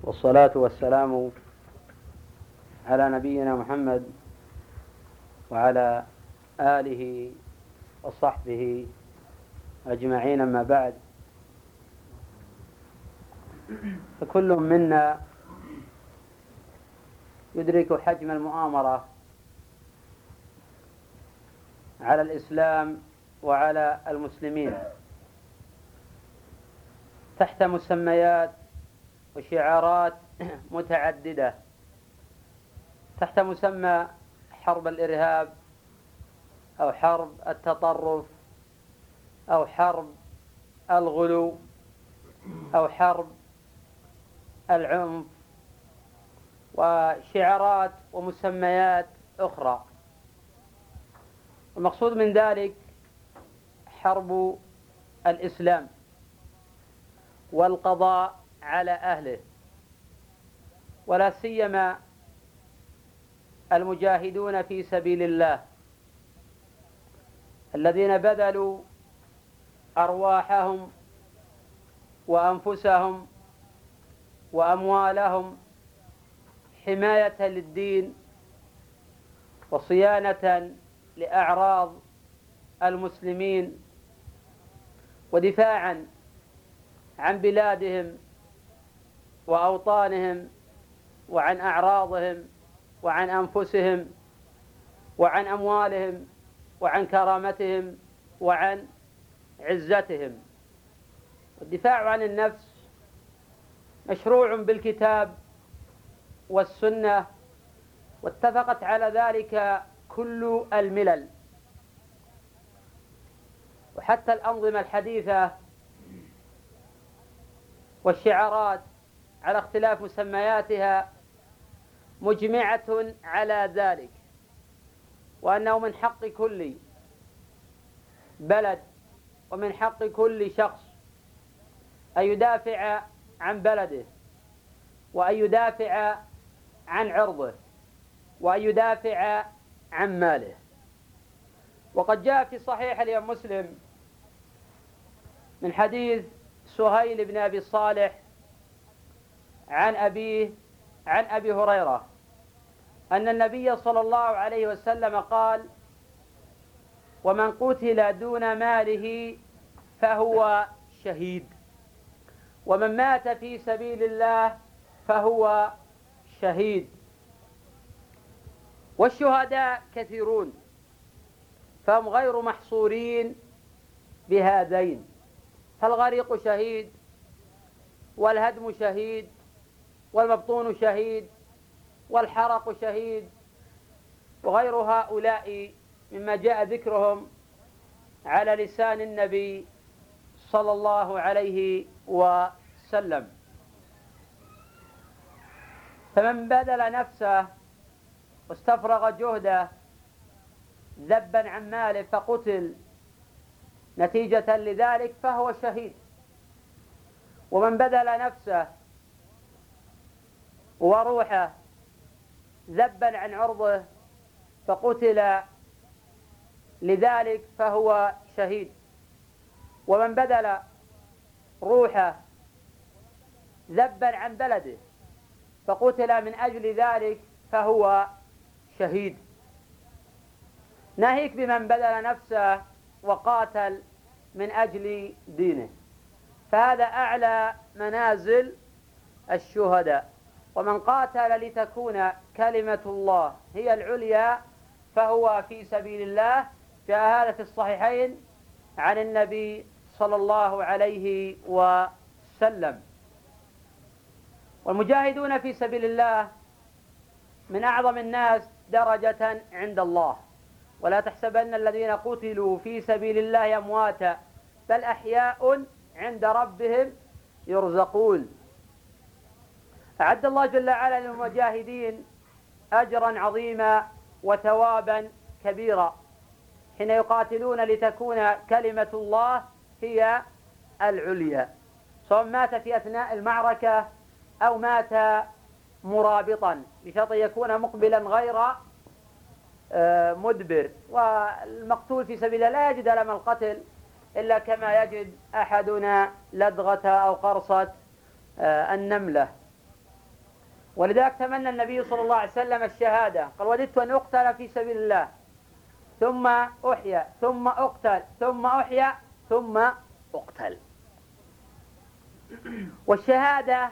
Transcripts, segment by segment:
والصلاة والسلام على نبينا محمد وعلى آله وصحبه أجمعين، أما بعد. فكل منا يدرك حجم المؤامرة على الإسلام وعلى المسلمين تحت مسميات وشعارات متعددة، تحت مسمى حرب الإرهاب أو حرب التطرف أو حرب الغلو أو حرب العنف وشعارات ومسميات أخرى. المقصود من ذلك حرب الإسلام والقضاء على أهله، ولا سيما المجاهدون في سبيل الله الذين بذلوا أرواحهم وأنفسهم وأموالهم حماية للدين وصيانة لأعراض المسلمين ودفاعا عن بلادهم وأوطانهم وعن أعراضهم وعن أنفسهم وعن أموالهم وعن كرامتهم وعن عزتهم. والدفاع عن النفس مشروع بالكتاب والسنة، واتفقت على ذلك كل الملل، وحتى الأنظمة الحديثة والشعارات على اختلاف مسمياتها مجمعة على ذلك، وأنه من حق كل بلد ومن حق كل شخص أن يدافع عن بلده وأن يدافع عن عرضه وأن يدافع عن ماله. وقد جاء في صحيح الإمام مسلم من حديث سهيل بن أبي صالح عن أبيه عن أبي هريرة أن النبي صلى الله عليه وسلم قال: ومن قتل دون ماله فهو شهيد، ومن مات في سبيل الله فهو شهيد. والشهداء كثيرون فهم غير محصورين بهذين، فالغريق شهيد، والهدم شهيد، والمبطون شهيد، والحرق شهيد، وغير هؤلاء مما جاء ذكرهم على لسان النبي صلى الله عليه وسلم. فمن بذل نفسه واستفرغ جهده ذبا عن ماله فقتل نتيجة لذلك فهو شهيد، ومن بذل نفسه وروحه ذبا عن عرضه فقتل لذلك فهو شهيد، ومن بذل روحه ذبا عن بلده فقتل من أجل ذلك فهو شهيد. ناهيك بمن بذل نفسه وقاتل من أجل دينه، فهذا أعلى منازل الشهداء. ومن قاتل لتكون كلمة الله هي العليا فهو في سبيل الله. جاء هذا في الصحيحين عن النبي صلى الله عليه وسلم. والمجاهدون في سبيل الله من أعظم الناس درجة عند الله، ولا تحسبن الذين قتلوا في سبيل الله أمواتا بل أحياء عند ربهم يرزقون. أعد الله جل وعلا للمجاهدين أجرا عظيما وثوابا كبيرا حين يقاتلون لتكون كلمة الله هي العليا، سواء مات في أثناء المعركة أو مات مرابطا، بشرط يكون مقبلا غير مدبر. والمقتول في سبيل الله لا يجد ألم القتل إلا كما يجد أحدنا لدغة أو قرصة النملة. ولذلك تمنى النبي صلى الله عليه وسلم الشهادة، قال وددت أن أقتل في سبيل الله ثم أحيا ثم أقتل ثم أحيا ثم أقتل. والشهادة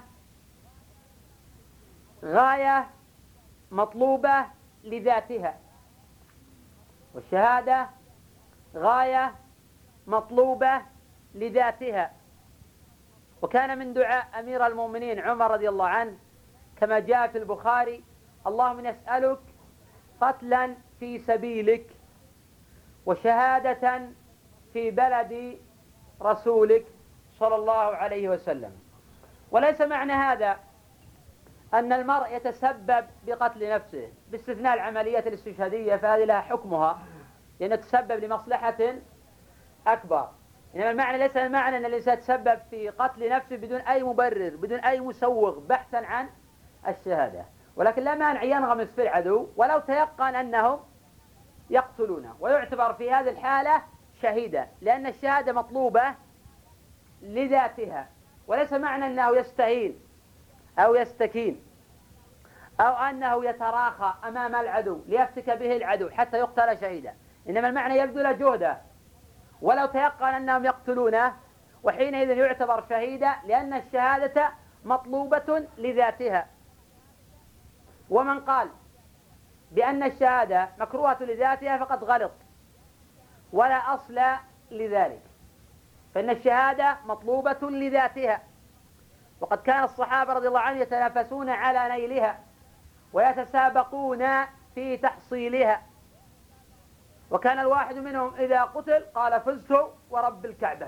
غاية مطلوبة لذاتها، والشهادة غاية مطلوبة لذاتها. وكان من دعاء أمير المؤمنين عمر رضي الله عنه كما جاء في البخاري: اللهم نسألك قتلا في سبيلك وشهادة في بلد رسولك صلى الله عليه وسلم. وليس معنى هذا أن المرء يتسبب بقتل نفسه باستثناء العمليات الاستشهادية، فهذه لها حكمها لأنه تسبب لمصلحة أكبر. إنما المعنى ليس المعنى أن الإنسان يتسبب في قتل نفسه بدون أي مبرر بدون أي مسوغ بحثا عن الشهادة، ولكن لا مانع ينغمس في العدو ولو تيقن أنهم يقتلونه، ويعتبر في هذه الحالة شهيدا، لأن الشهادة مطلوبة لذاتها، وليس معنى أنه يستهين أو يستكين أو أنه يتراخى أمام العدو ليفتك به العدو حتى يقتل شهيدا، إنما المعنى يبذل جهده ولو تيقن أنهم يقتلونه، وحينئذ يعتبر شهيدا، لأن الشهادة مطلوبة لذاتها. ومن قال بأن الشهادة مكروهة لذاتها فقد غلط، ولا أصل لذلك، فإن الشهادة مطلوبة لذاتها، وقد كان الصحابة رضي الله عنهم يتنافسون على نيلها ويتسابقون في تحصيلها، وكان الواحد منهم إذا قتل قال فزت ورب الكعبة،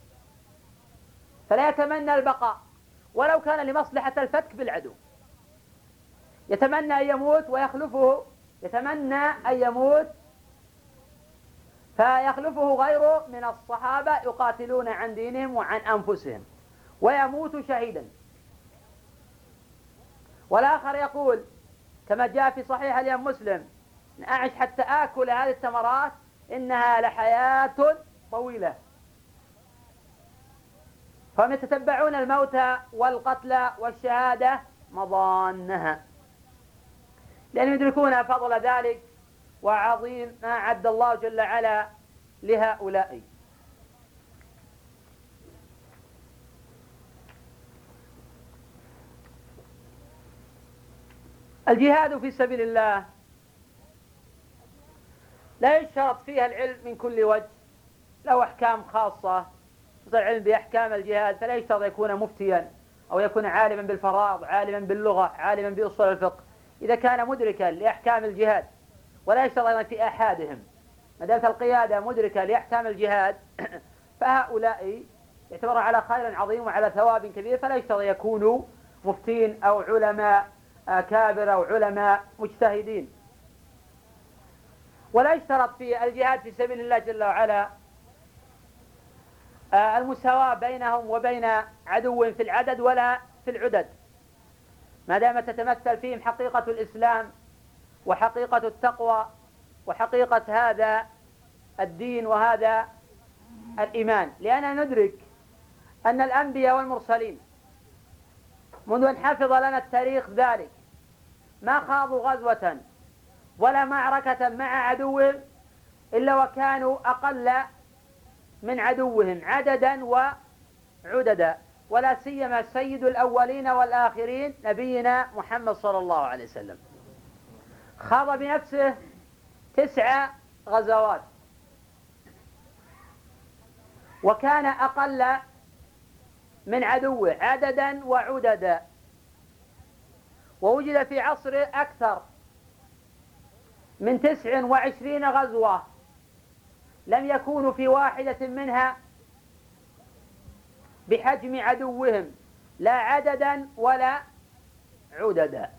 فلا يتمنى البقاء ولو كان لمصلحة الفتك بالعدو، يتمنى أن يموت ويخلفه، يتمنى أن يموت فيخلفه غيره من الصحابة يقاتلون عن دينهم وعن أنفسهم ويموت شهيدا. والآخر يقول كما جاء في صحيح الإمام مسلم: أعش حتى آكل هذه التمرات إنها لحياة طويلة. فهم يتتبعون الموت والقتل والشهادة مضانها، لأنهم يدركون فضل ذلك وعظيم ما أعد الله جل وعلا لهؤلاء. الجهاد في سبيل الله لا يشترط فيها العلم من كل وجه، له أحكام خاصة، مثل العلم بأحكام الجهاد فلا يشترط يكون مفتيا أو يكون عالما بالفرائض، عالما باللغة، عالما بأصول الفقه، إذا كان مدركا لأحكام الجهاد. ولا يشترط أيضا في أحدهم، ما دامت القيادة مدركة لأحكام الجهاد فهؤلاء يعتبرون على خير عظيم وعلى ثواب كبير، فلا يشترط يكونوا مفتين أو علماء كابر أو علماء مجتهدين. ولا يشترط في الجهاد في سبيل الله جل وعلا المساواة بينهم وبين عدو في العدد ولا في العدد، ما دامت تتمثل فيهم حقيقة الإسلام وحقيقة التقوى وحقيقة هذا الدين وهذا الإيمان. لأننا ندرك أن الأنبياء والمرسلين منذ أن حفظ لنا التاريخ ذلك ما خاضوا غزوة ولا معركة مع عدوهم إلا وكانوا أقل من عدوهم عددا وعددا، ولا سيما سيد الأولين والآخرين نبينا محمد صلى الله عليه وسلم، خاض بنفسه 9 غزوات وكان أقل من عدوه عددا وعددا، ووجد في عصره أكثر من 29 غزوة لم يكونوا في واحدة منها بحجم عدوهم لا عددا ولا عددا،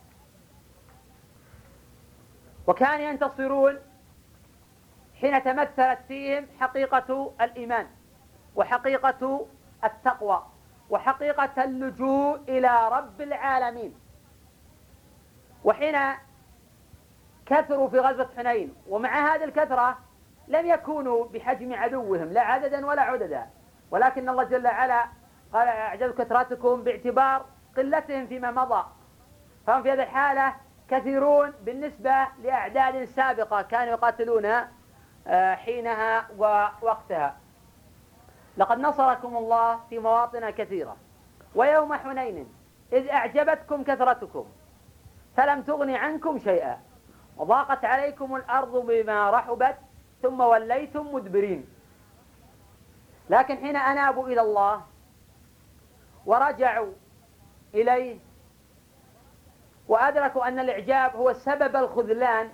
وكانوا ينتصرون حين تمثلت فيهم حقيقة الإيمان وحقيقة التقوى وحقيقة اللجوء إلى رب العالمين. وحين كثروا في غزوة حنين ومع هذه الكثرة لم يكونوا بحجم عدوهم لا عددا ولا عددا، ولكن الله جل وعلا قال: أعجز كثرتكم باعتبار قلتهم فيما مضى، فهم في هذه الحالة كثيرون بالنسبة لأعداد سابقة كانوا يقاتلون حينها ووقتها. لقد نصركم الله في مواطن كثيرة ويوم حنين إذ أعجبتكم كثرتكم فلم تغن عنكم شيئا وضاقت عليكم الأرض بما رحبت ثم وليتم مدبرين. لكن حين أنابوا إلى الله ورجعوا إليه وأدركوا أن الإعجاب هو سبب الخذلان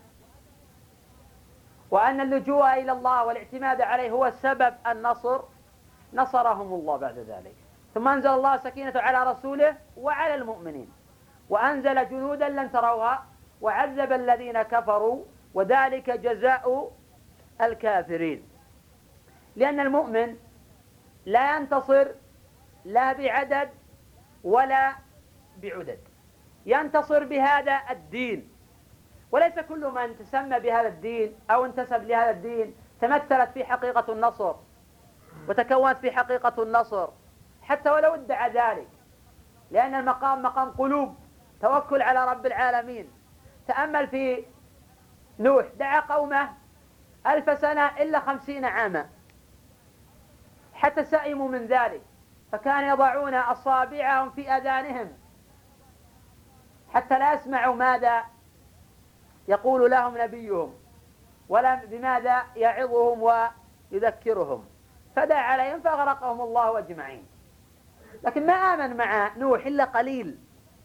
وأن اللجوء إلى الله والاعتماد عليه هو سبب النصر، نصرهم الله بعد ذلك. ثم أنزل الله سكينته على رسوله وعلى المؤمنين وأنزل جنودا لم تروها وعذب الذين كفروا وذلك جزاء الكافرين. لأن المؤمن لا ينتصر لا بعدد ولا بعدد، ينتصر بهذا الدين. وليس كل من تسمى بهذا الدين أو انتسب لهذا الدين تمثلت في حقيقة النصر وتكونت في حقيقة النصر حتى ولو ادعى ذلك، لأن المقام مقام قلوب، توكل على رب العالمين. تأمل في نوح، دعا قومه 1000 سنة إلا 50 عاما حتى سئموا من ذلك، فكانوا يضعون أصابعهم في أذانهم حتى لا يسمعوا ماذا يقول لهم نبيهم ولا بماذا يعظهم ويذكرهم، فدعا عليهم فأغرقهم الله أجمعين. لكن ما آمن مع نوح إلا قليل،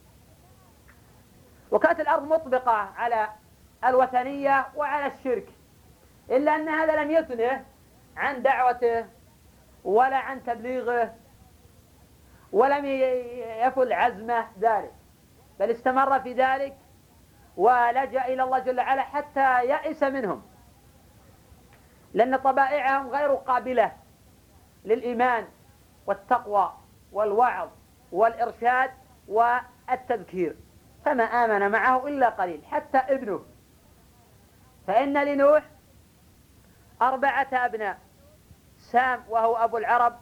وكانت الأرض مطبقة على الوثنية وعلى الشرك، إلا أن هذا لم يثنه عن دعوته ولا عن تبليغه ولم يفل عزمه ذلك، بل استمر في ذلك ولجأ إلى الله جل وعلا حتى يأس منهم، لأن طبائعهم غير قابلة للإيمان والتقوى والوعظ والإرشاد والتذكير، فما آمن معه إلا قليل حتى ابنه. فإن لنوح 4 أبناء، سام وهو أبو العرب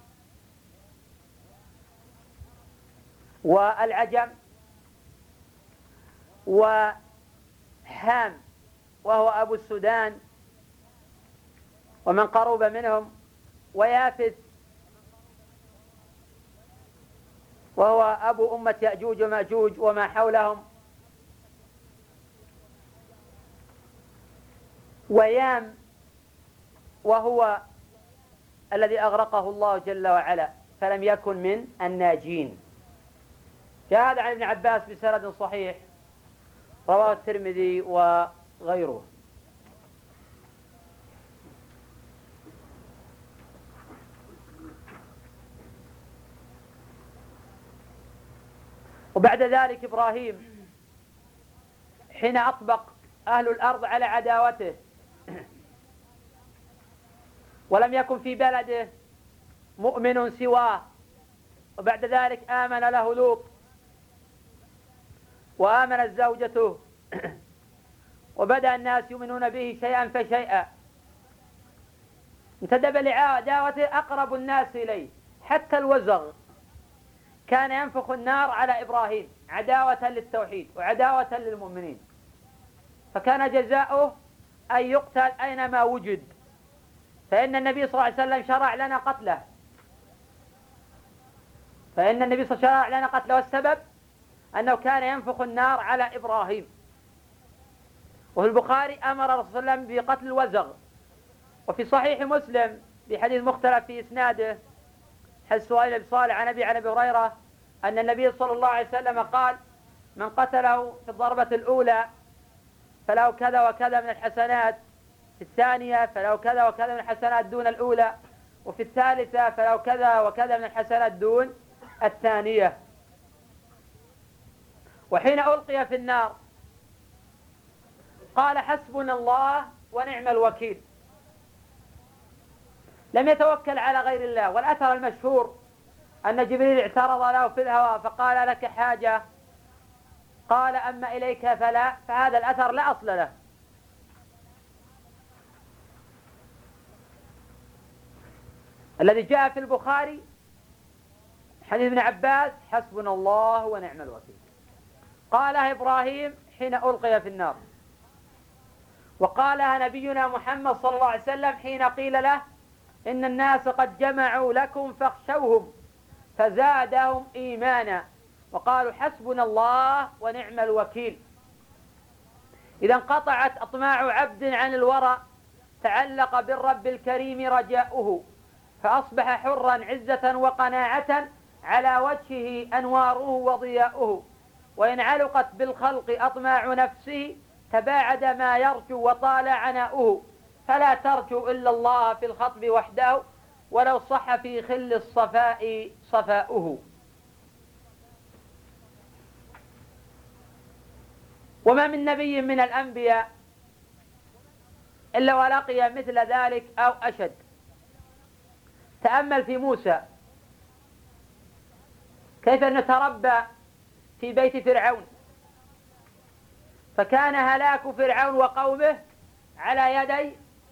والعجم، وحام وهو أبو السودان ومن قرب منهم، ويافث وهو أبو أمة يأجوج ومأجوج وما حولهم، ويام وهو الذي أغرقه الله جل وعلا فلم يكن من الناجين. جاء هذا عن ابن عباس بسند صحيح رواه الترمذي وغيره. وبعد ذلك إبراهيم حين أطبق أهل الأرض على عداوته ولم يكن في بلده مؤمن سواه، وبعد ذلك آمن له لوط وآمنت زوجته وبدأ الناس يؤمنون به شيئا فشيئا، انتدب لعداوته أقرب الناس إليه حتى الوزغ كان ينفخ النار على إبراهيم عداوة للتوحيد وعداوة للمؤمنين، فكان جزاؤه أن يقتل أينما وجد، فإن النبي صلى الله عليه وسلم شرع لنا قتله، فإن النبي صلى الله عليه وسلم شرع لنا قتله، والسبب أنه كان ينفخ النار على إبراهيم. وفي البخاري أمر الرسول صلى الله عليه وسلم بقتل الوزغ. وفي صحيح مسلم بحديث مختلف في إسناده حديث سهيل بن صالح عن أبي هريرة أن النبي صلى الله عليه وسلم قال: من قتله في الضربة الأولى فله كذا وكذا من الحسنات، في الثانية فله كذا وكذا من الحسنات دون الأولى، وفي الثالثة فله كذا وكذا من الحسنات دون الثانية. وحين ألقي في النار قال: حسبنا الله ونعم الوكيل، لم يتوكل على غير الله. والأثر المشهور أن جبريل اعترض له في الهواء فقال: لك حاجة؟ قال: أما إليك فلا. فهذا الأثر لا أصل له. الذي جاء في البخاري حديث ابن عباس: حسبنا الله ونعم الوكيل. قالها إبراهيم حين ألقي في النار، وقالها نبينا محمد صلى الله عليه وسلم حين قيل له إن الناس قد جمعوا لكم فاخشوهم فزادهم إيمانا وقالوا حسبنا الله ونعم الوكيل. إذا انقطعت أطماع عبد عن الورى تعلق بالرب الكريم رجاؤه، فأصبح حرا عزة وقناعة على وجهه أنواره وضياؤه. وإن علقت بالخلق أطماع نفسه تباعد ما يرجو وطال عناؤه، فلا ترجو إلا الله في الخطب وحده ولو صح في خل الصفاء صفاؤه. وما من نبي من الأنبياء إلا ولقي مثل ذلك أو أشد. تأمل في موسى كيف أنه تربى في بيت فرعون، فكان هلاك فرعون وقومه على يدي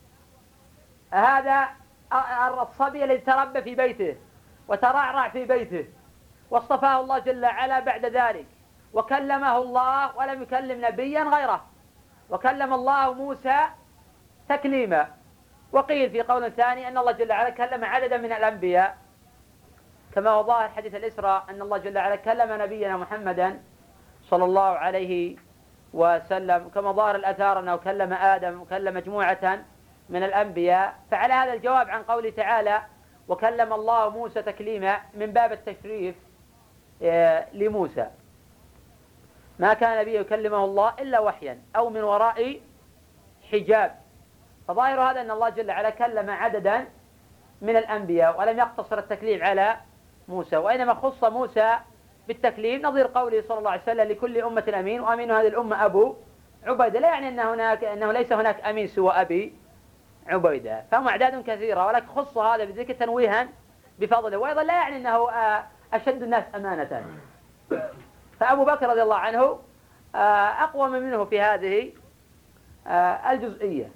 هذا الصبي الذي تربى في بيته وترعرع في بيته، واصطفاه الله جل وعلا بعد ذلك وكلمه الله ولم يكلم نبيا غيره، وكلم الله موسى تكليما. وقيل في قول ثاني أن الله جل وعلا كلم عددا من الأنبياء، كما هو ظاهر حديث الإسراء أن الله جل وعلا كلم نبينا محمدا صلى الله عليه وسلم، كما ظاهر الأثار أنه كلم آدم وكلم مجموعة من الأنبياء. فعلى هذا الجواب عن قوله تعالى وكلم الله موسى تكليما من باب التشريف لموسى، ما كان نبي يكلمه الله إلا وحيا أو من وراء حجاب. فظاهر هذا أن الله جل وعلا كلم عددا من الأنبياء ولم يقتصر التكليم على موسى، وإنما خص موسى بالتكليم نظير قوله صلى الله عليه وسلم لكل أمة أمين وأمين هذه الأمة أبو عبيدة. لا يعني أنه ليس هناك أمين سوى أبي عبيدة، فهم أعداد كثيرة، ولكن خص هذا بذكر تنويها بفضله. وأيضا لا يعني أنه أشد الناس أمانة، فأبو بكر رضي الله عنه أقوم منه في هذه الجزئية.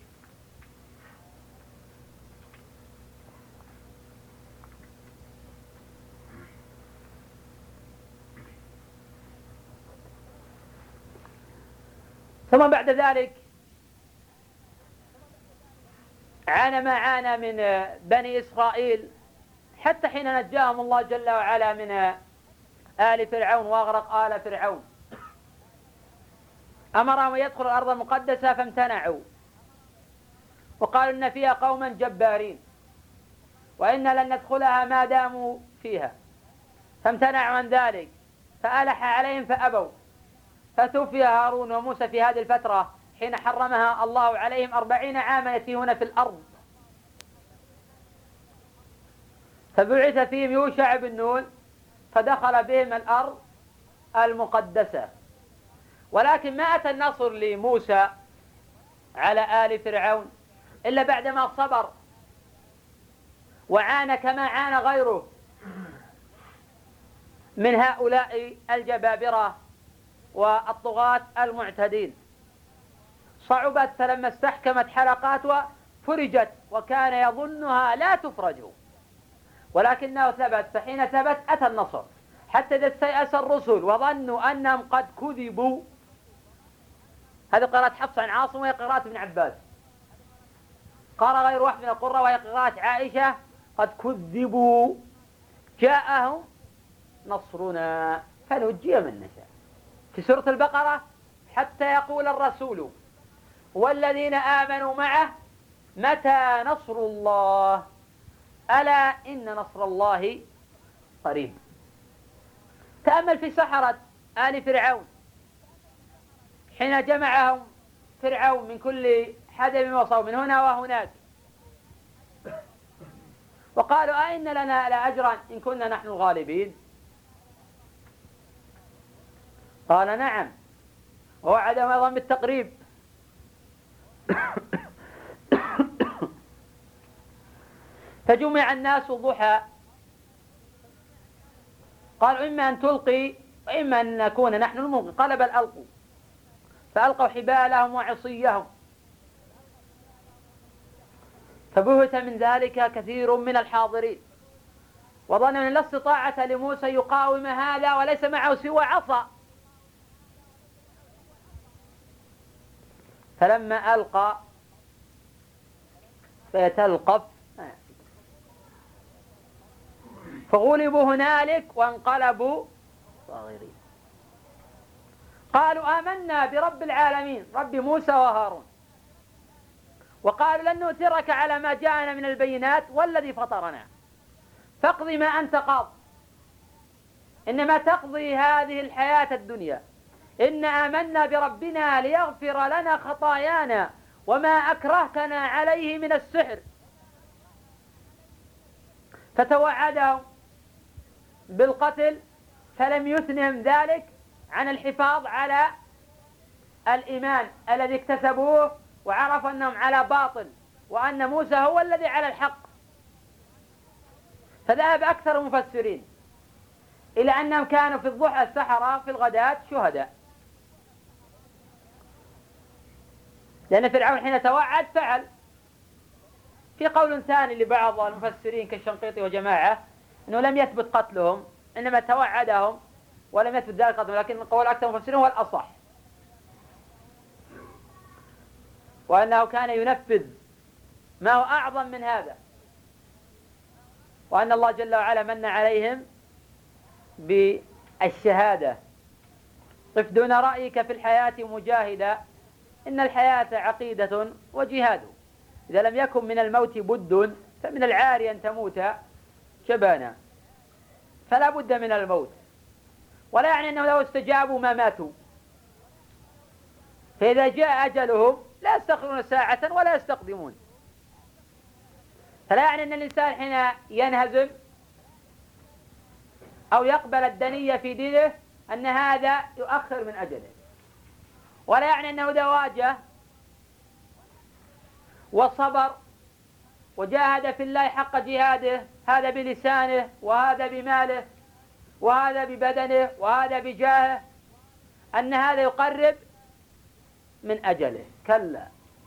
ثم بعد ذلك عانى ما عانى من بني إسرائيل حتى حين نجاهم الله جل وعلا من آل فرعون وأغرق آل فرعون. أمرهم يدخل الأرض المقدسة فامتنعوا وقالوا إن فيها قوما جبارين وإنا لن ندخلها ما داموا فيها، فامتنعوا عن ذلك فألح عليهم فأبوا، فتوفي هارون وموسى في هذه الفترة حين حرمها الله عليهم 40 عاما يتيهون في الأرض، فبعث فيهم يوشع بن نون فدخل بهم الأرض المقدسة. ولكن ما أتى النصر لموسى على آل فرعون إلا بعدما صبر وعانى كما عانى غيره من هؤلاء الجبابرة والطغاة المعتدين. صعبت فلما استحكمت حلقاتها فرجت وكان يظنها لا تفرج، ولكنه ثبت، فحين ثبت أتى النصر حتى إذا استيأس الرسل وظنوا أنهم قد كذبوا. هذه قراءة حفص عن عاصم وهي قراءة ابن عباس، قال غير واحد من القراء وهي قراءة عائشة قد كذبوا جاءهم نصرنا فنجي من نشاء. في سورة البقرة حتى يقول الرسول والذين آمنوا معه متى نصر الله ألا إن نصر الله قريب. تأمل في سحرة آل فرعون حين جمعهم فرعون من كل حدب وصوب من هنا وهناك وقالوا أئن لنا لأجرا إن كنا نحن الغالبين، قال نعم ووعدهم أيضا بالتقريب. فجمع الناس ضحى قالوا إما أن تلقي وإما أن نكون نحن الملقي، قال بل ألقوا، فألقوا حبالهم وعصيهم، فبهت من ذلك كثير من الحاضرين وظنوا أن لا استطاعة لموسى يقاوم هذا وليس معه سوى عصا، فلما ألقى فيتلقف فغلبوا هنالك وانقلبوا صاغرين. قالوا آمنا برب العالمين رب موسى وهارون، وقالوا لن نؤثرك على ما جاءنا من البينات والذي فطرنا فاقض ما أنت قاض، إنما تقضي هذه الحياة الدنيا، إن آمنا بربنا ليغفر لنا خطايانا وما أكرهتنا عليه من السحر. فتوعدهم بالقتل فلم يثنهم ذلك عن الحفاظ على الإيمان الذي اكتسبوه، وعرفوا أنهم على باطل وأن موسى هو الذي على الحق. فذهب أكثر المفسرين إلى أنهم كانوا في الضحى السحرة، في الغداة شهداء، لأن فرعون حين توعد فعل. في قول ثاني لبعض المفسرين كالشنقيطي وجماعة أنه لم يثبت قتلهم، إنما توعدهم ولم يثبت ذلك قتلهم، لكن قول أكثر المفسرين هو الأصح، وأنه كان ينفذ ما هو أعظم من هذا، وأن الله جل وعلا من عليهم بالشهادة. قف دون رأيك في الحياة مجاهدا، إن الحياة عقيدة وجهاد، إذا لم يكن من الموت بد فمن العار أن تموت شبانا، فلا بد من الموت، ولا يعني أنه لو استجابوا ما ماتوا، فإذا جاء أجلهم لا يستأخرون ساعة ولا يستقدمون. فلا يعني أن الإنسان حين ينهزم أو يقبل الدنية في دينه أن هذا يؤخر من أجله، ولا يعني أنه إذا واجه وصبر وجاهد في الله حق جهاده، هذا بلسانه وهذا بماله وهذا ببدنه وهذا بجاهه، أن هذا يقرب من أجله. كلا،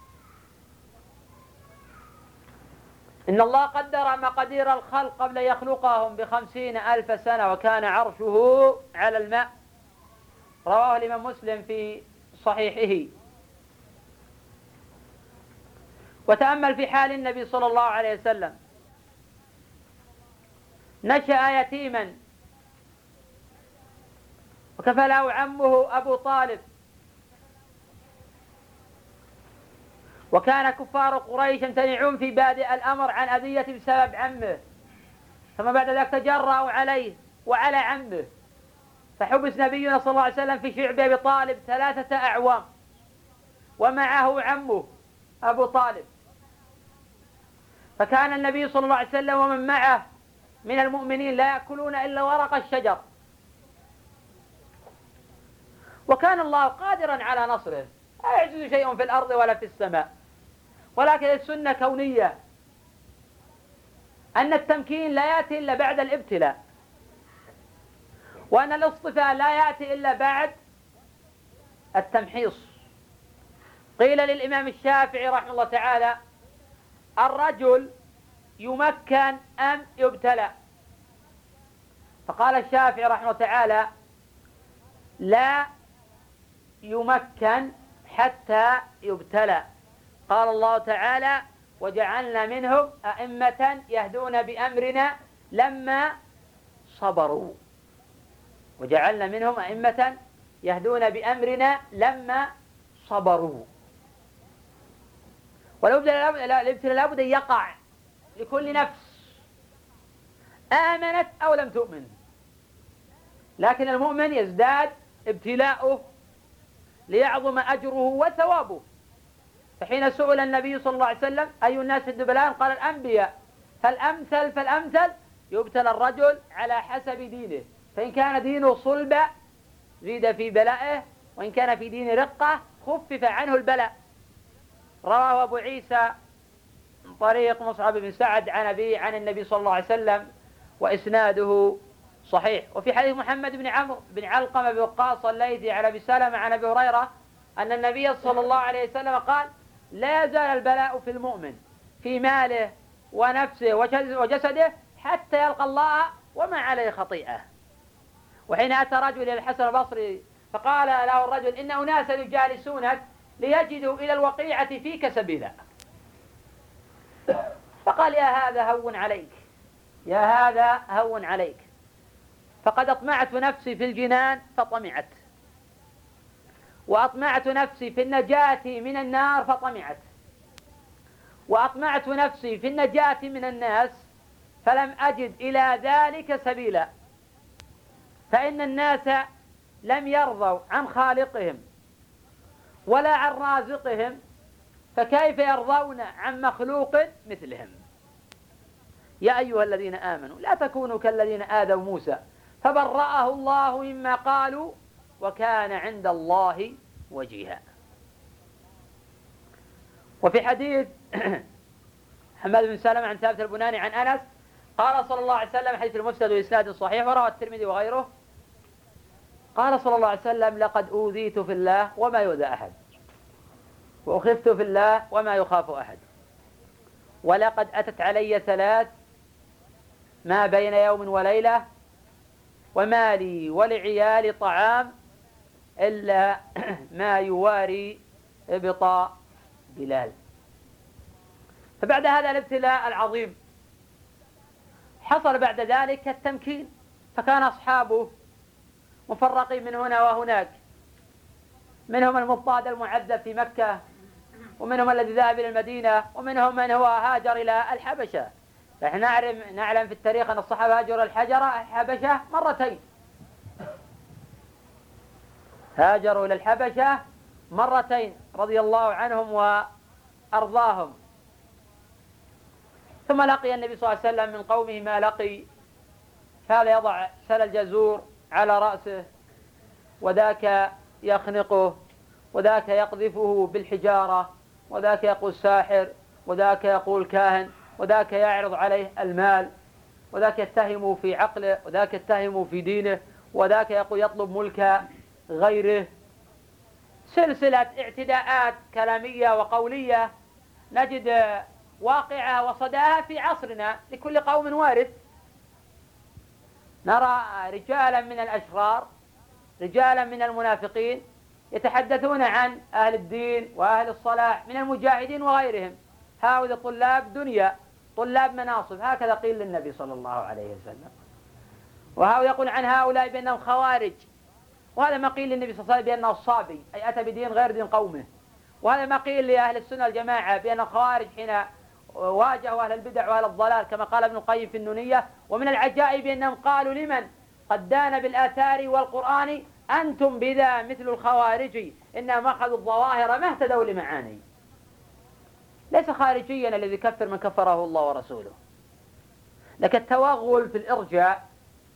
إن الله قدر مقادير الخلق قبل يخلقهم ب50,000 سنة وكان عرشه على الماء، رواه الإمام مسلم في صحيحه. وتأمل في حال النبي صلى الله عليه وسلم، نشأ يتيما وكفله عمه أبو طالب، وكان كفار قريش يمتنعون في بادئ الأمر عن أذية بسبب عمه، ثم بعد ذلك تجرأوا عليه وعلى عمه، فحبس نبينا صلى الله عليه وسلم في شعب أبي طالب 3 أعوام، ومعه عمه أبو طالب. فكان النبي صلى الله عليه وسلم ومن معه من المؤمنين لا يأكلون إلا ورق الشجر، وكان الله قادرا على نصره، لا يعجز شيء في الأرض ولا في السماء، ولكن السنة كونية أن التمكين لا يأتي إلا بعد الابتلاء، وأن الاصطفاء لا يأتي إلا بعد التمحيص. قيل للإمام الشافعي رحمه الله تعالى: الرجل يمكن أم يبتلى؟ فقال الشافعي رحمه الله تعالى: لا يمكن حتى يبتلى. قال الله تعالى: وجعلنا منهم أئمة يهدون بأمرنا لما صبروا. وجعلنا منهم أئمة يهدون بأمرنا لما صبروا. والابتلاء لابد أن يقع لكل نفس، آمنت أو لم تؤمن، لكن المؤمن يزداد ابتلاؤه ليعظم أجره وثوابه. فحين سئل النبي صلى الله عليه وسلم: أي الناس اشد بلاء؟ قال: الأنبياء، فالأمثل يبتلى الرجل على حسب دينه، فإن كان دينه صلبة زيد في بلائه، وإن كان في دين رقة خفف عنه البلاء. رواه أبو عيسى من طريق مصعب بن سعد عن أبيه عن النبي صلى الله عليه وسلم، وإسناده صحيح. وفي حديث محمد بن عمرو بن علقمة بن وقاص الليثي عن أبي سلمة عن أبي هريرة أن النبي صلى الله عليه وسلم قال: لا يزال البلاء في المؤمن في ماله ونفسه وجسده حتى يلقى الله وما عليه خطيئة. وحين أتى رجل إلى الحسن البصري فقال له الرجل: إن أناسا يجالسونك ليجدوا إلى الوقيعة فيك سبيلا. فقال يا هذا هون عليك، يا هذا هون عليك، فقد أطمعت نفسي في الجنان فطمعت، وأطمعت نفسي في النجاة من النار فطمعت، وأطمعت نفسي في النجاة من الناس فلم أجد إلى ذلك سبيلا. فإن الناس لم يرضوا عن خالقهم ولا عن رازقهم، فكيف يرضون عن مخلوق مثلهم؟ يا أيها الذين آمنوا لا تكونوا كالذين آذوا موسى فبرأه الله مما قالوا وكان عند الله وجيها. وفي حديث حماد بن سلمة عن ثابت البناني عن أنس قال صلى الله عليه وسلم، حديث المسند وإسناد صحيح ورواه الترمذي وغيره، قال صلى الله عليه وسلم: لقد أوذيت في الله وما يؤذى أحد، وأخفت في الله وما يخاف أحد، ولقد أتت علي 3 ما بين يوم وليلة، وما لي ولعيالي طعام إلا ما يواري إبطاء بلال. فبعد هذا الابتلاء العظيم حصل بعد ذلك التمكين، فكان أصحابه مفرقين من هنا وهناك، منهم المضطهد المعذب في مكة، ومنهم الذي ذهب إلى المدينة، ومنهم من هو هاجر إلى الحبشة. فإحنا نعلم في التاريخ أن الصحابة هاجروا الحبشة مرتين، هاجروا إلى الحبشة مرتين رضي الله عنهم وأرضاهم. ثم لقي النبي صلى الله عليه وسلم من قومه ما لقي، هذا يضع سل الجزور على رأسه، وذاك يخنقه، وذاك يقذفه بالحجارة، وذاك يقول ساحر، وذاك يقول كاهن، وذاك يعرض عليه المال، وذاك يتهم في عقله، وذاك يتهم في دينه، وذاك يقول يطلب ملك غيره. سلسلة اعتداءات كلامية وقولية نجد واقعها وصداها في عصرنا لكل قوم وارث. نرى رجالا من الأشرار، رجالا من المنافقين يتحدثون عن أهل الدين وأهل الصلاح من المجاهدين وغيرهم، هؤلاء طلاب دنيا، طلاب مناصب، هكذا قيل للنبي صلى الله عليه وسلم. وهؤلاء يقول عن هؤلاء بأنهم خوارج، وهذا ما قيل للنبي صلى الله عليه وسلم بأنه صابي، أي أتى بدين غير دين قومه. وهذا ما قيل لأهل السنة والجماعة بأن خوارج حين واجهوا أهل البدع وأهل الضلال، كما قال ابن القيم في النونية. ومن العجائب أنهم قالوا لمن قد دان بالآثار والقرآن: أنتم بذا مثل الخوارج إنهم أخذوا الظواهر ما اهتدوا لمعاني. ليس خارجيا الذي كفر من كفره الله ورسوله، لكن التوغل في الإرجاء،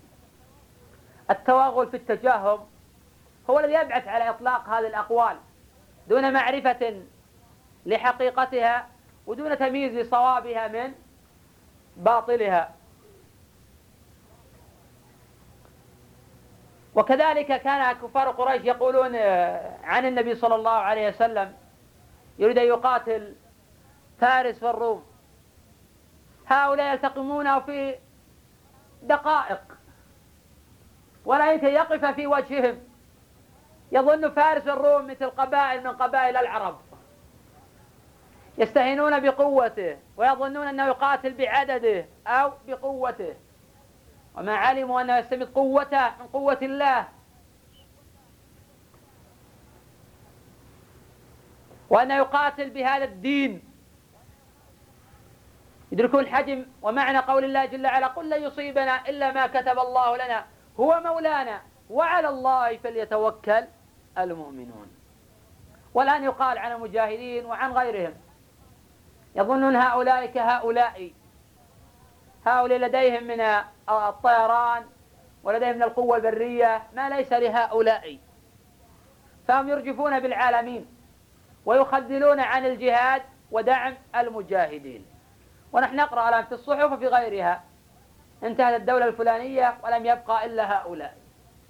التوغل في التجاهل هو الذي يبعث على إطلاق هذه الأقوال دون معرفة لحقيقتها ودون تمييز لصوابها من باطلها. وكذلك كان كفار قريش يقولون عن النبي صلى الله عليه وسلم: يريد أن يقاتل فارس والروم، هؤلاء يلتقمونه في دقائق ولا يمكن يقف في وجههم، يظن فارس والروم مثل قبائل من قبائل العرب، يستهينون بقوته ويظنون أنه يقاتل بعدده أو بقوته، وما علموا أنه يستمد قوته من قوة الله، وأنه يقاتل بهذا الدين. يدركون حجم ومعنى قول الله جل وعلا: قل لن يصيبنا إلا ما كتب الله لنا هو مولانا وعلى الله فليتوكل المؤمنون. والآن يقال عن المجاهدين وعن غيرهم، يظنون هؤلاء كهؤلاء، هؤلاء لديهم من الطيران ولديهم من القوة البرية ما ليس لهؤلاء، فهم يرجفون بالعالمين ويخذلون عن الجهاد ودعم المجاهدين. ونحن نقرأ الآن في الصحف وفي غيرها: انتهت الدولة الفلانية ولم يبقى إلا هؤلاء.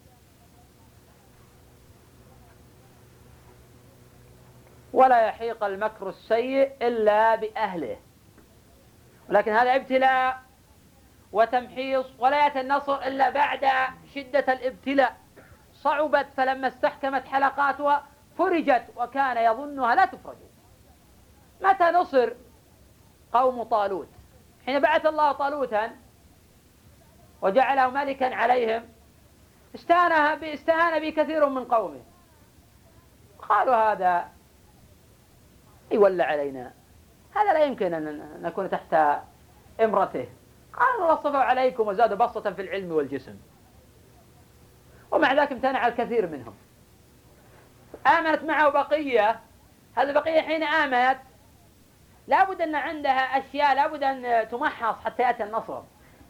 ولا يحيق المكر السيء إلا بأهله. ولكن هذا ابتلاء وتمحيص، ولا يأتي النصر إلا بعد شدة الابتلاء. صعبت فلما استحكمت حلقاتها فرجت وكان يظنها لا تفرج. متى نصر قوم طالوت؟ حين بعث الله طالوتا وجعله ملكا عليهم، استهان به كثير من قومه، قالوا هذا يولى علينا، هذا لا يمكن أن نكون تحت إمرته. قالوا الله صفوا عليكم وزادوا بسطة في العلم والجسم. ومع ذلك امتنع الكثير منهم. آمنت معه بقية، هذه البقية حين آمنت لابد أن عندها أشياء لابد أن تمحص حتى يأتي النصر.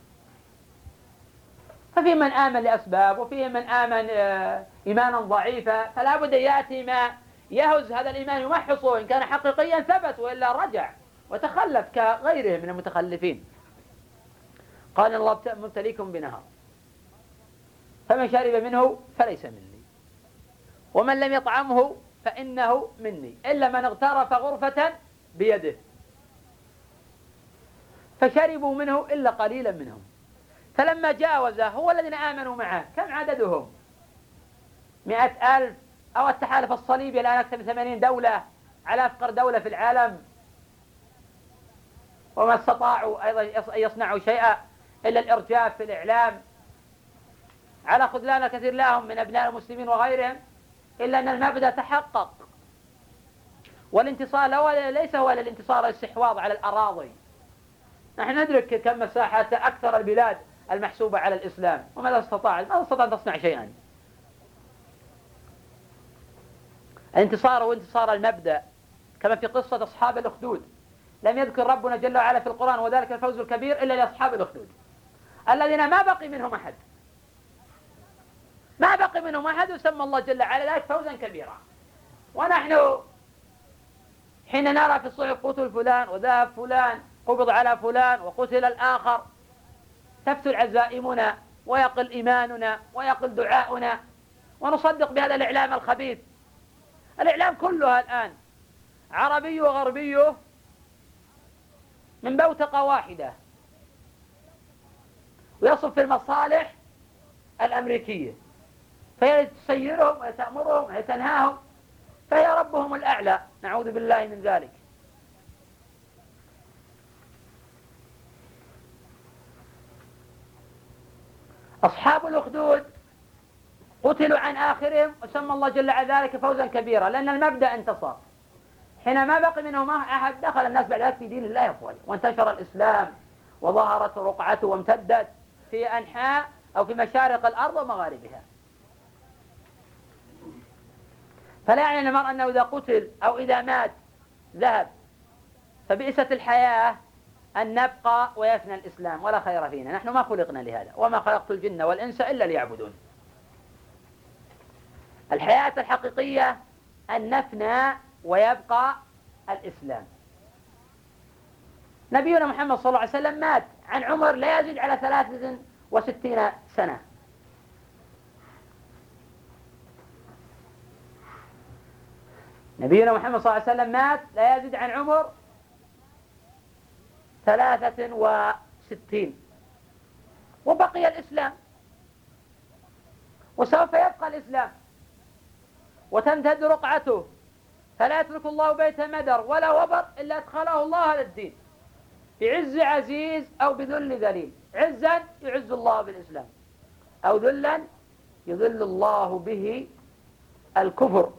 ففي من آمن لأسباب، وفيه من آمن إيمانا ضعيفا، فلا بد يأتي ما يهز هذا الإيمان يمحصه، إن كان حقيقيا ثبت وإلا رجع وتخلف كغيره من المتخلفين. قال الله مبتليكم بنهر فمن شرب منه فليس مني ومن لم يطعمه فإنه مني إلا من اغترف غرفة بيده. فشربوا منه إلا قليلا منهم. فلما جاوزه هو الذين آمنوا معه، كم عددهم؟ 100,000 أو التحالف الصليبي الآن أكثر من 80 دولة على أفقر دولة في العالم، وما استطاعوا أيضا أن يصنعوا شيئا إلا الإرجاف في الإعلام على خذلان الكثير لهم من أبناء المسلمين وغيرهم، إلا أن المبدأ تحقق. والانتصار ليس هو الانتصار الاستحواذ على الأراضي. نحن ندرك كم مساحة أكثر البلاد المحسوبة على الإسلام، وماذا استطاع أن تصنع شيئا. الانتصار هو انتصار المبدأ، كما في قصة أصحاب الأخدود. لم يذكر ربنا جل وعلا في القرآن وذلك الفوز الكبير إلا لأصحاب الأخدود الذين ما بقي منهم أحد، ما بقي منهم أحد، وسمى الله جل وعلا ذلك فوزا كبيرا. ونحن حين نرى في الصحف قتل فلان وذهب فلان قبض على فلان وقتل الآخر، تفتل عزائمنا ويقل إيماننا ويقل دعاؤنا، ونصدق بهذا الإعلام الخبيث. الإعلام كلها الآن عربي وغربي من بوتقة واحدة، ويصف في المصالح الأمريكية، فهي تسيرهم وتأمرهم وتنهاهم، فهي ربهم الأعلى، نعوذ بالله من ذلك. أصحاب الأخدود قتلوا عن آخرهم، وسمى الله جل وعلا ذلك فوزا كبيرا، لأن المبدأ انتصر. حين ما بقي منهم أحد دخل الناس بعد ذلك في دين الله أفواج، وانتشر الإسلام وظهرت رقعته وامتدت في أنحاء أو في مشارق الأرض ومغاربها. فلا يعني المرء أنه إذا قتل أو إذا مات ذهب، فبئست الحياة أن نبقى ويفنى الإسلام، ولا خير فينا. نحن ما خلقنا لهذا، وما خلقت الجن والإنس إلا ليعبدون. الحياة الحقيقية أن نفنى ويبقى الإسلام. نبينا محمد صلى الله عليه وسلم مات عن عمر لا يزيد على 63 سنة. نبينا محمد صلى الله عليه وسلم مات لا يزيد عن عمر 63، وبقي الإسلام، وسوف يبقى الإسلام وتمتد رقعته، فلا يترك الله بيت مدر ولا وبر إلا أدخله الله هذا الدين بعز عزيز أو بذل ذليل. عزا يعز الله بالإسلام، أو ذلا يذل الله به الكفر.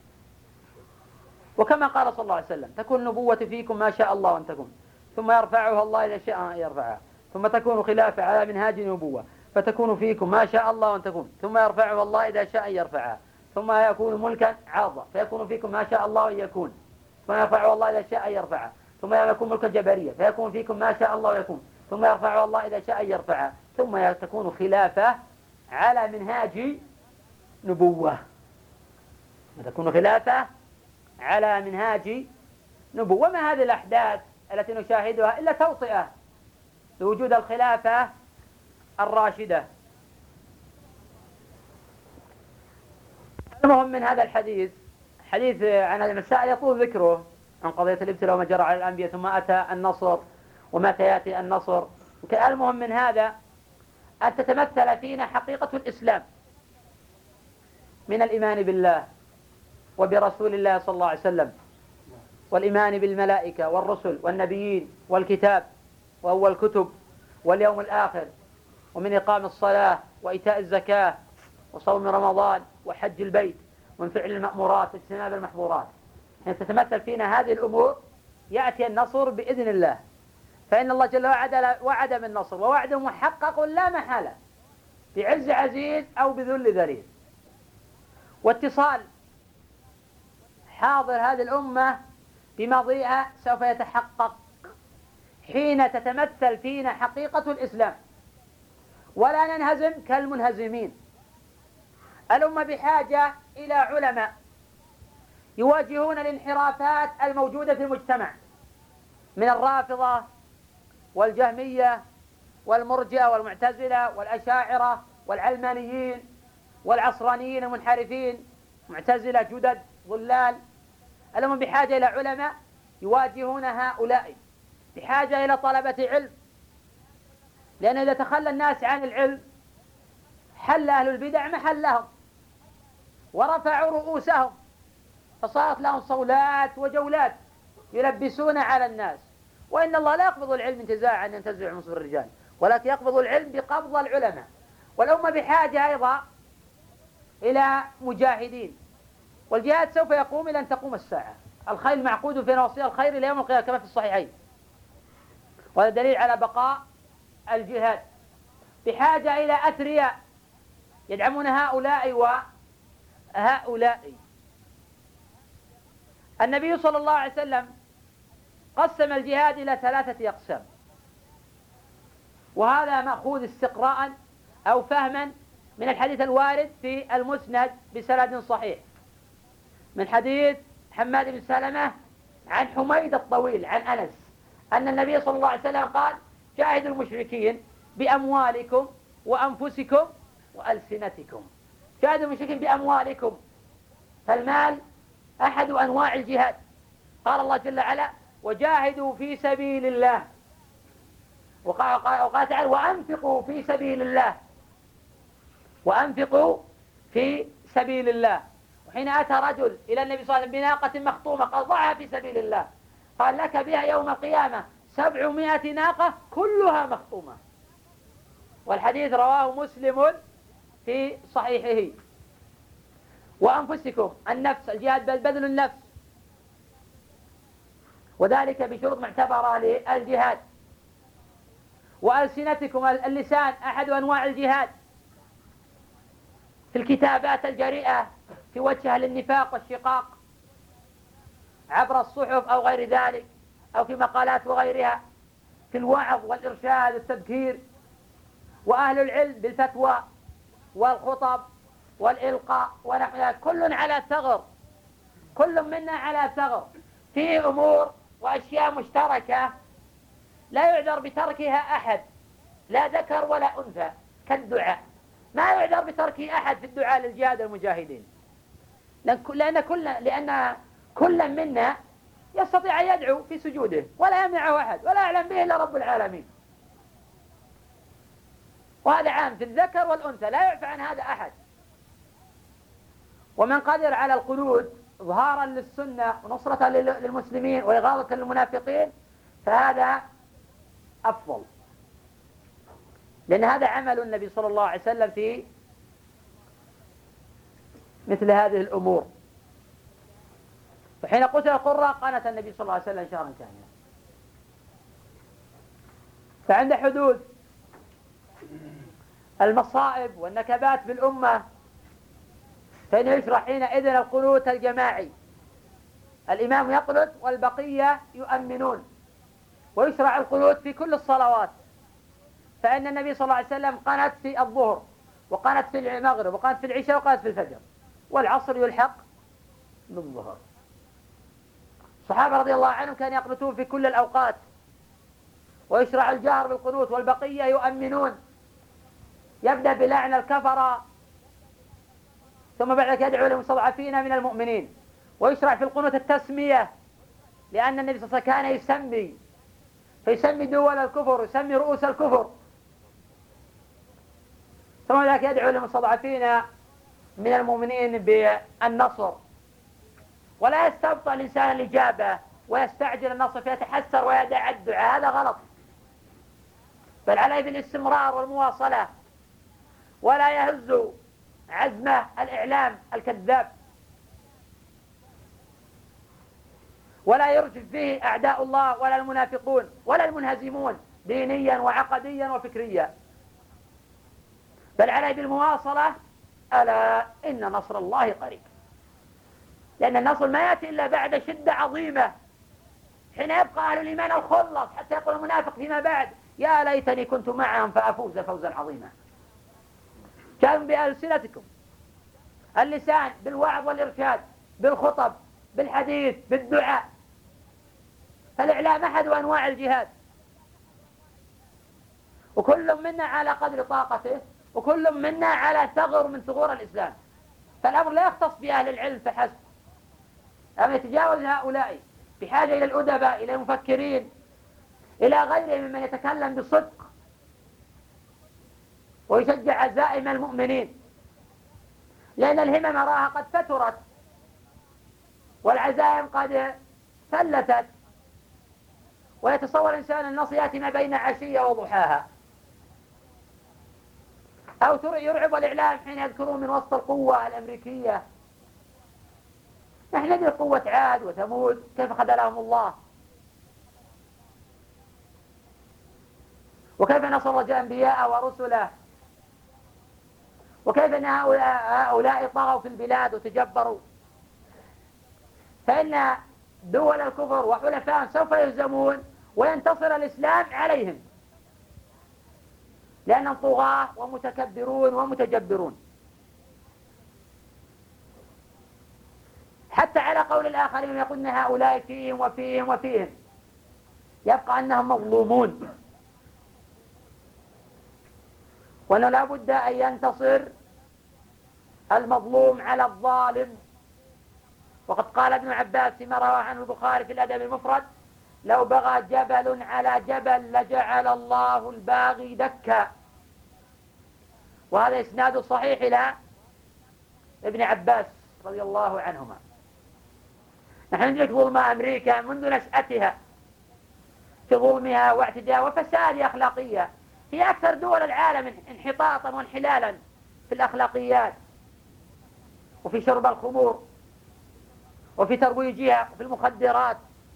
وكما قال صلى الله عليه وسلم: تكون النبوة فيكم ما شاء الله أن تكون، ثم يرفعها الله إذا شاء أن يرفعها، ثم تكون خلافة على منهاج النبوة، فتكون فيكم ما شاء الله أن تكون، ثم يرفعها الله إذا شاء أن يرفعها، ثم يكون ملكا عاضا، فيكون فيكم ما شاء الله أن يكون، ثم يرفعها الله إذا شاء أن يرفعها، ثم يكون ملكا جبريا، فيكون فيكم ما شاء الله يكون، ثم يرفعها الله إذا شاء أن يرفعها، ثم تكون خلافة على منهاج نبوة، وتكون خلافة على منهاج نبوة. وما هذه الأحداث التي نشاهدها إلا توطئة لوجود الخلافة الراشدة. المهم من هذا الحديث، حديث عن هذه المسائل يطول ذكره، عن قضية الابتلاء وما جرى على الأنبياء، ثم أتى النصر ومتى يأتي النصر. المهم من هذا أن تتمثل فينا حقيقة الإسلام من الإيمان بالله وبرسول الله صلى الله عليه وسلم، والإيمان بالملائكة والرسل والنبيين والكتاب وهو الكتب واليوم الآخر، ومن إقام الصلاة وإيتاء الزكاة وصوم رمضان وحج البيت، ومن فعل المأمورات واجتناب المحظورات. حين تتمثل فينا هذه الأمور يأتي النصر بإذن الله، فإن الله جل وعد بالنصر، ووعده محقق لا محالة، بعز عزيز أو بذل ذليل. واتصال حاضر هذه الأمة بماضيها سوف يتحقق حين تتمثل فينا حقيقة الإسلام، ولا ننهزم كالمنهزمين. الأمة بحاجة إلى علماء يواجهون الانحرافات الموجودة في المجتمع من الرافضة والجهمية والمرجئة والمعتزلة والأشاعرة والعلمانيين والعصرانيين المنحرفين، معتزلة جدد ضلال. الأمة بحاجة إلى علماء يواجهون هؤلاء، بحاجة إلى طلبة علم، لأن إذا تخلى الناس عن العلم حل أهل البدع محلهم ورفعوا رؤوسهم، فصارت لهم صولات وجولات يلبسون على الناس. وإن الله لا يقبض العلم انتزاعا ينتزع من صدور الرجال، ولكن يقبض العلم بقبض العلماء. والأمة بحاجة أيضا إلى مجاهدين، والجهاد سوف يقوم إلى أن تقوم الساعة. الخيل معقود في نواصي الخير إلى يوم القيامة كما في الصحيحين، وهذا دليل على بقاء الجهاد. بحاجة إلى أثرياء يدعمون هؤلاء وهؤلاء. النبي صلى الله عليه وسلم قسم الجهاد إلى 3 أقسام، وهذا مأخوذ استقراء أو فهما من الحديث الوارد في المسند بسند صحيح من حديث حماد بن سلمة عن حميد الطويل عن أنس أن النبي صلى الله عليه وسلم قال: جاهدوا المشركين بأموالكم وأنفسكم وألسنتكم. جاهدوا المشركين بأموالكم، فالمال أحد أنواع الجهاد. قال الله جل وعلا: وجاهدوا في سبيل الله، وقال تعالى: وأنفقوا في سبيل الله، وأنفقوا في سبيل الله. وحين أتى رجل إلى النبي صلى الله عليه وسلم بناقة مخطومة قال: ضعها في سبيل الله، قال: لك بها يوم القيامة 700 ناقة كلها مخطومة. والحديث رواه مسلم في صحيحه. وأنفسكم، النفس، الجهاد بذل النفس، وذلك بشروط معتبرة للجهاد. وألسنتكم، اللسان أحد أنواع الجهاد، في الكتابات الجريئة في وجه للنفاق والشقاق عبر الصحف أو غير ذلك، أو في مقالات وغيرها، في الوعظ والإرشاد والتذكير. وأهل العلم بالفتوى والخطب والإلقاء ونحو ذلك، كل على ثغر، كل منا على ثغر، في أمور وأشياء مشتركة لا يعذر بتركها أحد، لا ذكر ولا أنثى، كالدعاء ما يعذر بتركه أحد في الدعاء للجهاد المجاهدين، لأن كل منا يستطيع أن يدعو في سجوده ولا يمنعه أحد، ولا يعلم به إلا رب العالمين. وهذا عام في الذكر والأنثى، لا يعفى عن هذا أحد. ومن قدر على القنوت إظهارا للسنة ونصرة للمسلمين وإغاظة للمنافقين فهذا أفضل، لأن هذا عمل النبي صلى الله عليه وسلم في مثل هذه الأمور. وحين قتل القراء قنت النبي صلى الله عليه وسلم شهرا كاملا. فعند حدوث المصائب والنكبات بالأمة فإنه يشرع حينئذ القنوت الجماعي، الإمام يقنت والبقية يؤمنون، ويشرع القنوت في كل الصلوات. فإن النبي صلى الله عليه وسلم قنت في الظهر، وقنت في المغرب، وقنت في العشاء، وقنت في الفجر، والعصر يلحق بالظهر. الصحابة رضي الله عنهم كانوا يقنتون في كل الأوقات، ويشرع الجهر بالقنوت، والبقية يؤمنون، يبدأ بلعن الكفرة ثم بعد ذلك يدعو للمستضعفين من المؤمنين. ويشرع في القنوت التسمية، لأن النبي صلى الله عليه وسلم كان يسمي، فيسمي دول الكفر، يسمي رؤوس الكفر، ثم بعد ذلك يدعو للمستضعفين من المؤمنين بالنصر. ولا يستبطأ الإنسان الإجابة ويستعجل النصر فيتحسر ويدع الدعاء، هذا غلط. بل عليه بالاستمرار والمواصلة، ولا يهز عزمه الإعلام الكذاب، ولا يرجف فيه أعداء الله ولا المنافقون ولا المنهزمون دينيا وعقديا وفكريا، بل عليه بالمواصلة. ألا إن نصر الله قريب. لأن النصر ما يأتي إلا بعد شدة عظيمة، حين يبقى أهل الإيمان الخلص، حتى يقول المنافق فيما بعد: يا ليتني كنت معهم فأفوز فوزا عظيما. كانوا بألسنتكم، اللسان بالوعظ والإرشاد، بالخطب، بالحديث، بالدعاء. فالإعلام أحد أنواع الجهاد، وكل منا على قدر طاقته، وكل منا على ثغر من ثغور الإسلام. فالأمر لا يختص بأهل العلم فحسب، أما يتجاوز هؤلاء، بحاجة إلى الأدباء، إلى المفكرين، إلى غيرهم ممن يتكلم بصدق ويشجع عزائم المؤمنين، لأن الهمم أراها قد فترت والعزائم قد فلتت، ويتصور الإنسان النصر يأتي ما بين عشية وضحاها، أو يرعب الإعلام حين يذكرون من وسط القوة الأمريكية. نحن ندري قوة عاد وثمود كيف خذلهم الله، وكيف نصر الأنبياء ورسله، وكيف أن هؤلاء طغوا في البلاد وتجبروا. فإن دول الكفر وحلفائهم سوف يهزمون وينتصر الإسلام عليهم، لأنهم طغاة ومتكبرون ومتجبرون. حتى على قول الآخرين يقولون هؤلاء فيهم وفيهم وفيهم، يبقى أنهم مظلومون، وأنه لا بد أن ينتصر المظلوم على الظالم. وقد قال ابن عباس فيما رواه عنه البخاري في الأدب المفرد: لو بغى جبل على جبل لجعل الله الباغي دكا. وهذا إسناد صحيح إلى ابن عباس رضي الله عنهما. نحن ندرك ظلم أمريكا منذ نشأتها، في ظلمها واعتداء وفساد أخلاقية. هي أكثر دول العالم انحطاطا وانحلالا في الأخلاقيات، وفي شرب الخمور، وفي ترويجها، وفي المخدرات،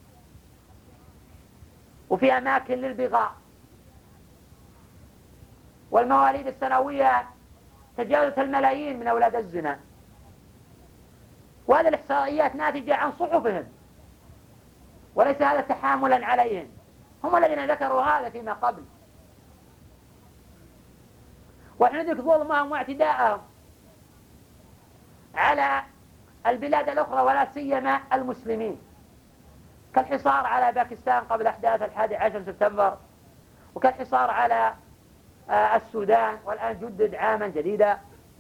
وفي أماكن للبغاء. والمواليد السنوية تجاوزت الملايين من أولاد الزنا، وهذه الإحصائيات ناتجة عن صحفهم، وليس هذا تحاملا عليهم، هم الذين ذكروا هذا فيما قبل. ونحن ندرك ظلمهم واعتداءهم على البلاد الأخرى ولا سيما المسلمين، كالحصار على باكستان قبل أحداث 11 سبتمبر، وكالحصار على السودان والآن جدد عاما جديدا،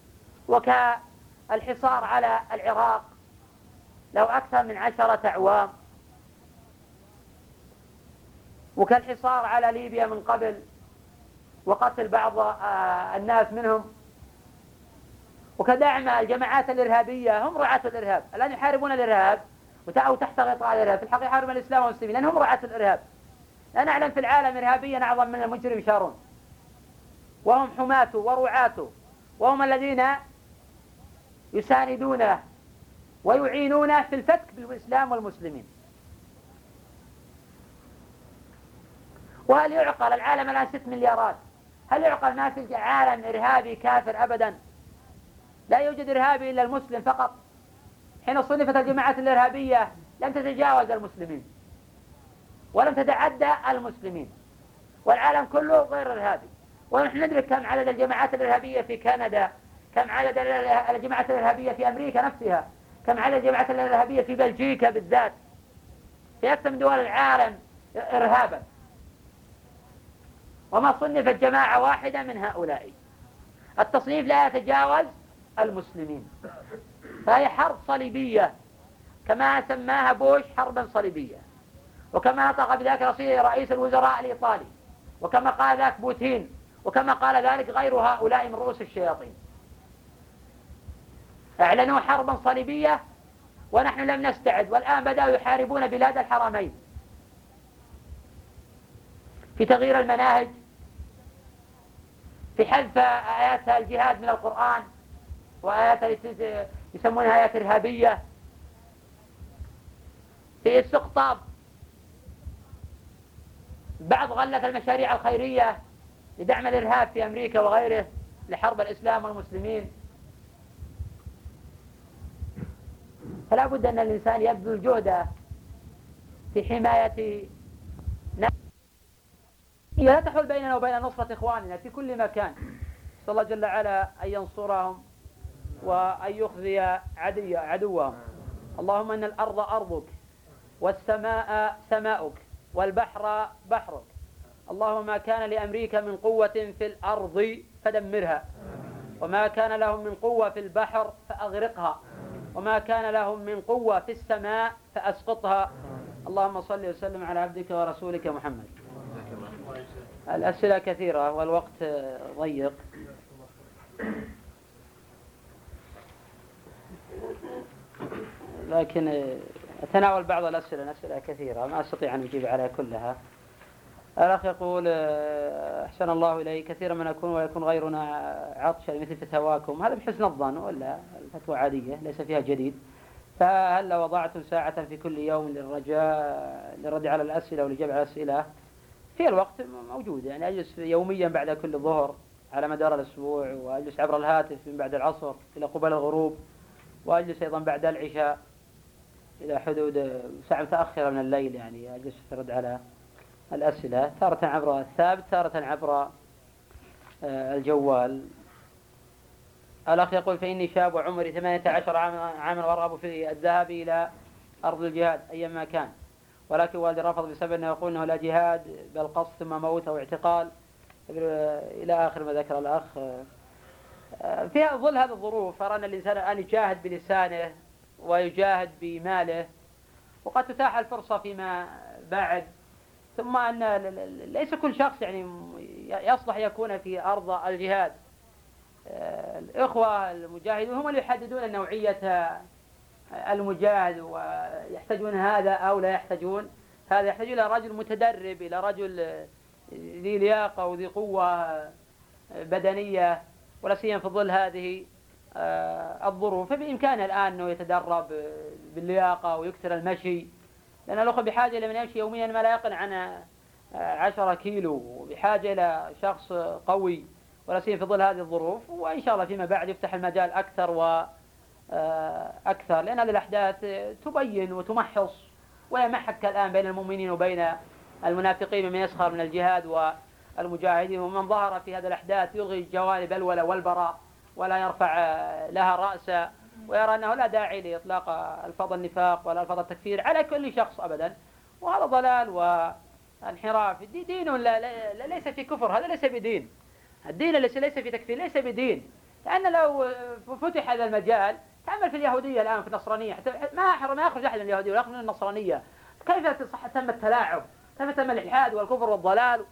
وكالحصار على العراق له أكثر من 10 أعوام، وكالحصار على ليبيا من قبل وقتل بعض الناس منهم، وكدعم الجماعات الإرهابية. هم رعاة الإرهاب الآن يحاربون الإرهاب أو تحت غطاء الإرهاب، في الحقيقة يحاربون الإسلام والمسلمين، لأنهم رعاة الإرهاب. لا نعلم في العالم إرهابيا أعظم من المجرم شارون، وهم حماته ورعاته، وهم الذين يساندونه ويعينونه في الفتك بالإسلام والمسلمين. وهل يعقل العالم الآن 6 مليارات؟ هل يعقل ما في عالم إرهابي كافر؟ أبدا، لا يوجد إرهابي إلا المسلم فقط. حين صنفت الجماعات الإرهابية لم تتجاوز المسلمين ولم تتعدى المسلمين، والعالم كله غير إرهابي. ونحن ندرك كم عدد الجماعات الإرهابية في كندا، كم عدد الجماعات الإرهابية في أمريكا نفسها، كم عدد الجماعات الإرهابية في بلجيكا بالذات، في أكثر من دول العالم إرهابا، وما صنفت جماعة واحدة من هؤلاء. التصنيف لا يتجاوز المسلمين، فهي حرب صليبية كما سماها بوش حربا صليبية، وكما نطق بذلك رئيس الوزراء الإيطالي، وكما قال ذلك بوتين، وكما قال ذلك غير هؤلاء من رؤوس الشياطين. اعلنوا حربا صليبية ونحن لم نستعد، والآن بدأوا يحاربون بلاد الحرمين في تغيير المناهج، في حذف آيات الجهاد من القرآن، وآيات يسمونها آيات إرهابية، في استقطاب بعض غلة المشاريع الخيرية لدعم الإرهاب في أمريكا وغيره لحرب الإسلام والمسلمين. فلا بد أن الإنسان يبذل جهده في حماية نفسه. لا تحول بيننا وبين نصرة إخواننا في كل مكان. نسأل الله جل وعلا أن ينصرهم وأن يخزي عدوهم. اللهم إن الأرض أرضك، والسماء سماؤك، والبحر بحرك. اللهم ما كان لأمريكا من قوة في الأرض فدمرها، وما كان لهم من قوة في البحر فأغرقها، وما كان لهم من قوة في السماء فأسقطها. اللهم صل وسلم على عبدك ورسولك محمد. الأسئلة كثيرة والوقت ضيق، لكن أتناول بعض الأسئلة كثيرة ما أستطيع أن أجيب عليها كلها. الأخ يقول أحسن الله إليه، كثيرا ما نكون ويكون غيرنا عطشا مثل فتواكم، هذا بحسن الظن ولا الفتوى عادية ليس فيها جديد. فهل لو وضعتم ساعة في كل يوم للرد على الأسئلة والإجابة على الأسئلة في الوقت موجود، يعني أجلس يوميا بعد كل ظهر على مدار الأسبوع، وأجلس عبر الهاتف من بعد العصر إلى قبل الغروب، وأجلس أيضا بعد العشاء إلى حدود ساعة متأخرة من الليل، يعني أجلس أرد على الأسئلة تارة عبر الثابت تارة عبر الجوال. الأخ يقول فإني شاب وعمري 18 عاما وأرغب في الذهاب إلى أرض الجهاد أيما كان، ولكن والدي رفض بسبب أنه يقول أنه لا جهاد بل قصد ثم موت أو اعتقال إلى آخر ما ذكر الأخ. في ظل هذه الظروف أرى أن الإنسان أن يجاهد بلسانه ويجاهد بماله، وقد تتاح الفرصة فيما بعد. ثم أن ليس كل شخص يعني يصلح يكون في أرض الجهاد. الإخوة المجاهدون هم اللي يحددون نوعية المجاهد، ويحتاجون هذا أو لا يحتاجون هذا. يحتاجون إلى رجل متدرب، إلى رجل ذي لياقة وذي قوة بدنية، ولا سيما في ظل هذه الظروف. فبإمكانه الآن أنه يتدرب باللياقة ويكثر المشي، لأن الأخوة بحاجة إلى من يمشي يوميا ما لا يقل عن 10 كيلو، وبحاجة إلى شخص قوي ولا سيما في ظل هذه الظروف. وإن شاء الله فيما بعد يفتح المجال أكثر وأكثر، لأن هذه الأحداث تبين وتمحص ويمحك الآن بين المؤمنين وبين المنافقين من يسخر من الجهاد والمجاهدين. ومن ظهر في هذه الأحداث يلغي جوانب الولاء والبراء ولا يرفع لها رأسا، ويرى أنه لا داعي لإطلاق ألفاظ النفاق ولا ألفاظ التكفير على كل شخص أبدا، وهذا ضلال وانحراف. دين ليس في كفر، هذا ليس بدين. الدين ليس في تكفير، ليس بدين. لأن لو فتح هذا المجال، تأمل في اليهودية الآن في النصرانية، ما يخرج أحد من اليهودية ولا يخرج من النصرانية. كيف تم التلاعب، كيف تم الإلحاد والكفر والضلال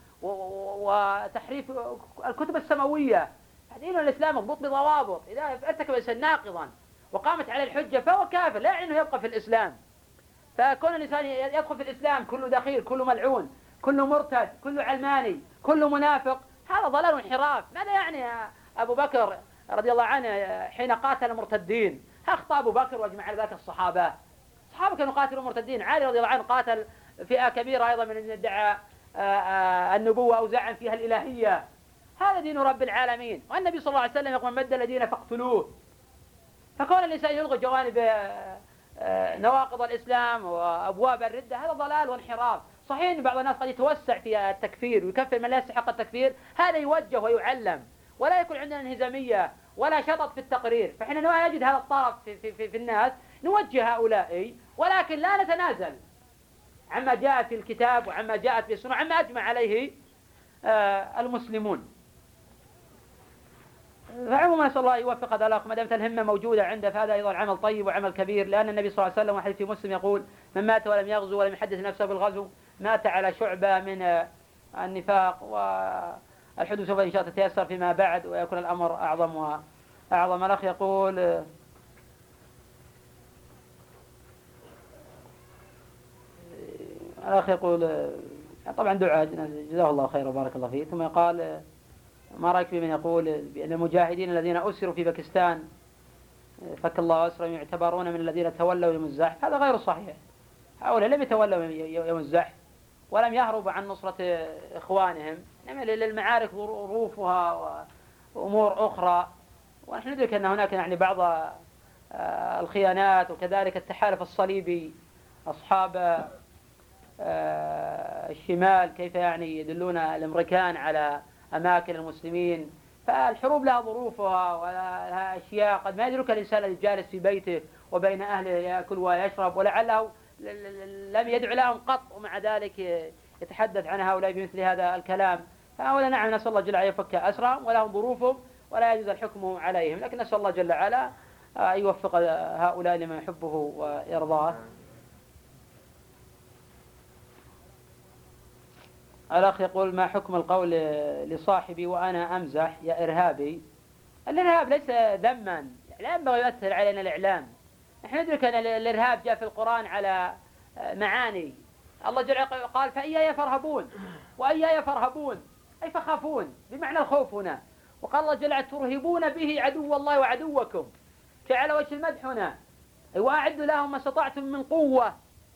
وتحريف الكتب السماوية. دين الإسلام مضبوط بضوابط، إذا ارتكب الإنسان ناقضا وقامت عليه الحجة فهو كافر، لا يعني أنه يبقى في الإسلام. فكون الإنسان يدخل في الإسلام كله دخيل، كله ملعون، كله مرتد، كله علماني، كله منافق، هذا ضلال وانحراف. ماذا يعني أبو بكر رضي الله عنه حين قاتل المرتدين؟ أخطأ أبو بكر وأجمع على ذلك الصحابة كانوا قاتلوا المرتدين. علي رضي الله عنه قاتل فئة كبيرة أيضا من ادعى النبوة أو زعم فيها الإلهية. هذا دين رب العالمين، والنبي صلى الله عليه وسلم يقول من بدل دينه فاقتلوه. فكون الإنسان يلغي جوانب نواقض الإسلام وأبواب الردة، هذا ضلال وانحراف. صحيح أن بعض الناس قد يتوسع في التكفير ويكفر من لا يستحق التكفير، هذا يوجه ويعلم، ولا يكون عندنا انهزامية ولا شطط في التقرير. فحين نجد هذا الطرف في الناس نوجه هؤلاء، ولكن لا نتنازل عما جاء في الكتاب وعما جاءت في السنة وعما أجمع عليه المسلمون. فعموما نسأل الله يوفق هذا الأخ، ما دامت الهمة موجودة عنده فهذا أيضا عمل طيب وعمل كبير. لأن النبي صلى الله عليه وسلم وحديث في مسلم يقول من مات ولم يغزو ولم يحدث نفسه بالغزو مات على شعبة من النفاق. والحدود سوف إن شاء الله تتيسر فيما بعد ويكون الأمر أعظم وأعظم. الأخ يقول الأخ يقول طبعا دعاء جزاه الله خير وبارك الله فيه، ثم قال ما رأيك بمن يقول بأن المجاهدين الذين أسروا في باكستان فك الله أسرهم يعتبرون من الذين تولوا يوم الزحف؟ هذا غير صحيح. هؤلاء لم يتولوا يوم الزحف ولم يهربوا عن نصرة إخوانهم، إنما للمعارك ظروفها وأمور أخرى. ونحن ندرك أن هناك يعني بعض الخيانات، وكذلك التحالف الصليبي أصحاب الشمال كيف يعني يدلون الأمريكان على أماكن المسلمين. فالحروب لها ظروفها ولها أشياء قد ما يدرك الإنسان الجالس في بيته وبين أهله يأكل ويشرب، ولعله لم يدع لهم قط ومع ذلك يتحدث عن هؤلاء بمثل هذا الكلام. فهؤلاء نعم نسأل الله جل وعلا يفك أسرهم ولهم ظروفهم ولا يجوز الحكم عليهم، لكن نسأل الله جل وعلا يوفق هؤلاء لما يحبه ويرضاه. الأخ يقول ما حكم القول لصاحبي وأنا أمزح يا إرهابي؟ الإرهاب ليس ذما، لا ينبغي يؤثر علينا الإعلام. نحن ندرك أن الإرهاب جاء في القرآن على معاني. الله جل وعلا قال فإياي فارهبون، وإياي فارهبون أي فخافون بمعنى الخوف هنا. وقال الله جل وعلا ترهبون به عدو الله وعدوكم، جعل وجه المدح هنا وأعدوا لهم ما استطعتم من قوة.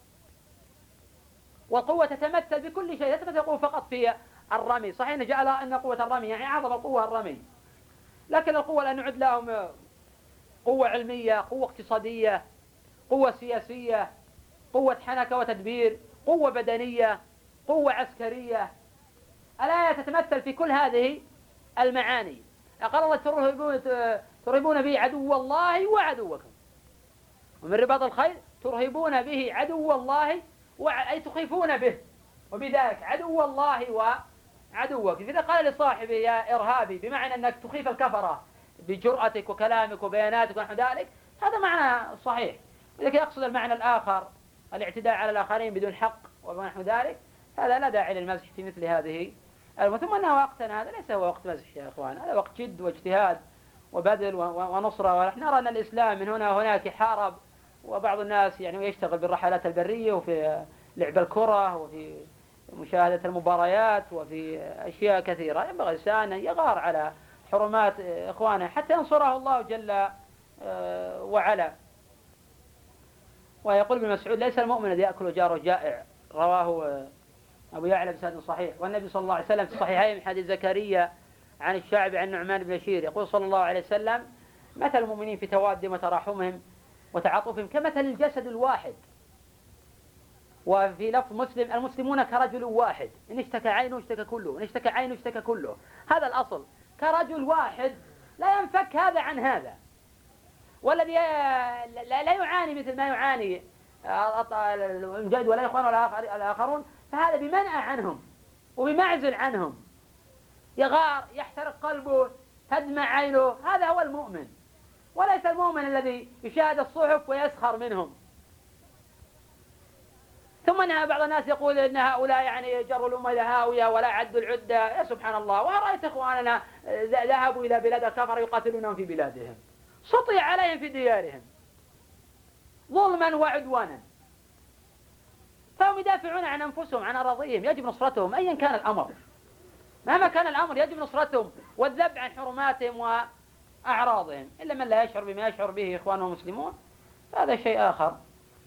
والقوة تتمثل بكل شيء، لا تتمثل القوة فقط في الرمي. صحيح جعل أن قوة الرمي يعني أعظم القوة الرمي، لكن القوة لا نعد لهم قوة علمية، قوة اقتصادية، قوة سياسية، قوة حنكة وتدبير، قوة بدنية، قوة عسكرية. الآية تتمثل في كل هذه المعاني. قال الله ترهبون به عدو الله وعدوكم، ومن رباط الخيل ترهبون به عدو الله أي تخيفون به وبذلك عدو الله وعدوك. إذا قال لصاحبه يا إرهابي بمعنى أنك تخيف الكفرة بجرأتك وكلامك وبياناتك ونحو ذلك، هذا معنى صحيح. لكن يقصد المعنى الآخر الاعتداء على الآخرين بدون حق ونحو ذلك، هذا لا داعي للمزح في مثل هذه. ثم أنه وقتنا هذا ليس هو وقت مزح يا إخوان، هذا وقت جد واجتهاد وبذل ونصرة. ونحن نرى أن الإسلام من هنا وهناك يحارب، وبعض الناس يعني يشتغل بالرحلات البرية وفي لعب الكرة وفي مشاهدة المباريات وفي أشياء كثيرة. ينبغي الإنسان أن يغار على حرمات إخوانه حتى ينصره الله جل وعلا. ويقول ابن مسعود ليس المؤمن الذي يأكل جاره جائع، رواه أبو يعلى بسند صحيح. والنبي صلى الله عليه وسلم في الصحيحين من حديث زكريا عن الشعبي عن نعمان بن بشير يقول صلى الله عليه وسلم مثل المؤمنين في توادهم وتراحمهم وتعاطفهم كمثل الجسد الواحد. وفي لفظ مسلم المسلمون كرجل واحد، إن اشتكى عينه اشتكى كله، إن اشتكى عينه اشتكى كله. هذا الأصل، كرجل واحد لا ينفك هذا عن هذا. والذي لا يعاني مثل ما يعاني المجاهد ولا إخوان ولا الآخرون، فهذا بمنأى عنهم وبمعزل عنهم، يغار يحترق قلبه تدمع عينه. هذا هو المؤمن، وليس المؤمن الذي يشاهد الصحف ويسخر منهم. ثم أن بعض الناس يقول إن هؤلاء يعني جروا الأمة إلى هاوية ولا عدوا العدة. يا سبحان الله، ورأيت إخواننا ذهبوا إلى بلاد الكفر يقاتلونهم في بلادهم، سطي عليهم في ديارهم ظلما وعدوانا، فهم يدافعون عن أنفسهم عن أراضيهم. يجب نصرتهم أيا كان الأمر، مهما كان الأمر يجب نصرتهم والذب عن حرماتهم وأعراضهم، إلا من لا يشعر بما يشعر به إخوانه المسلمون فهذا شيء آخر.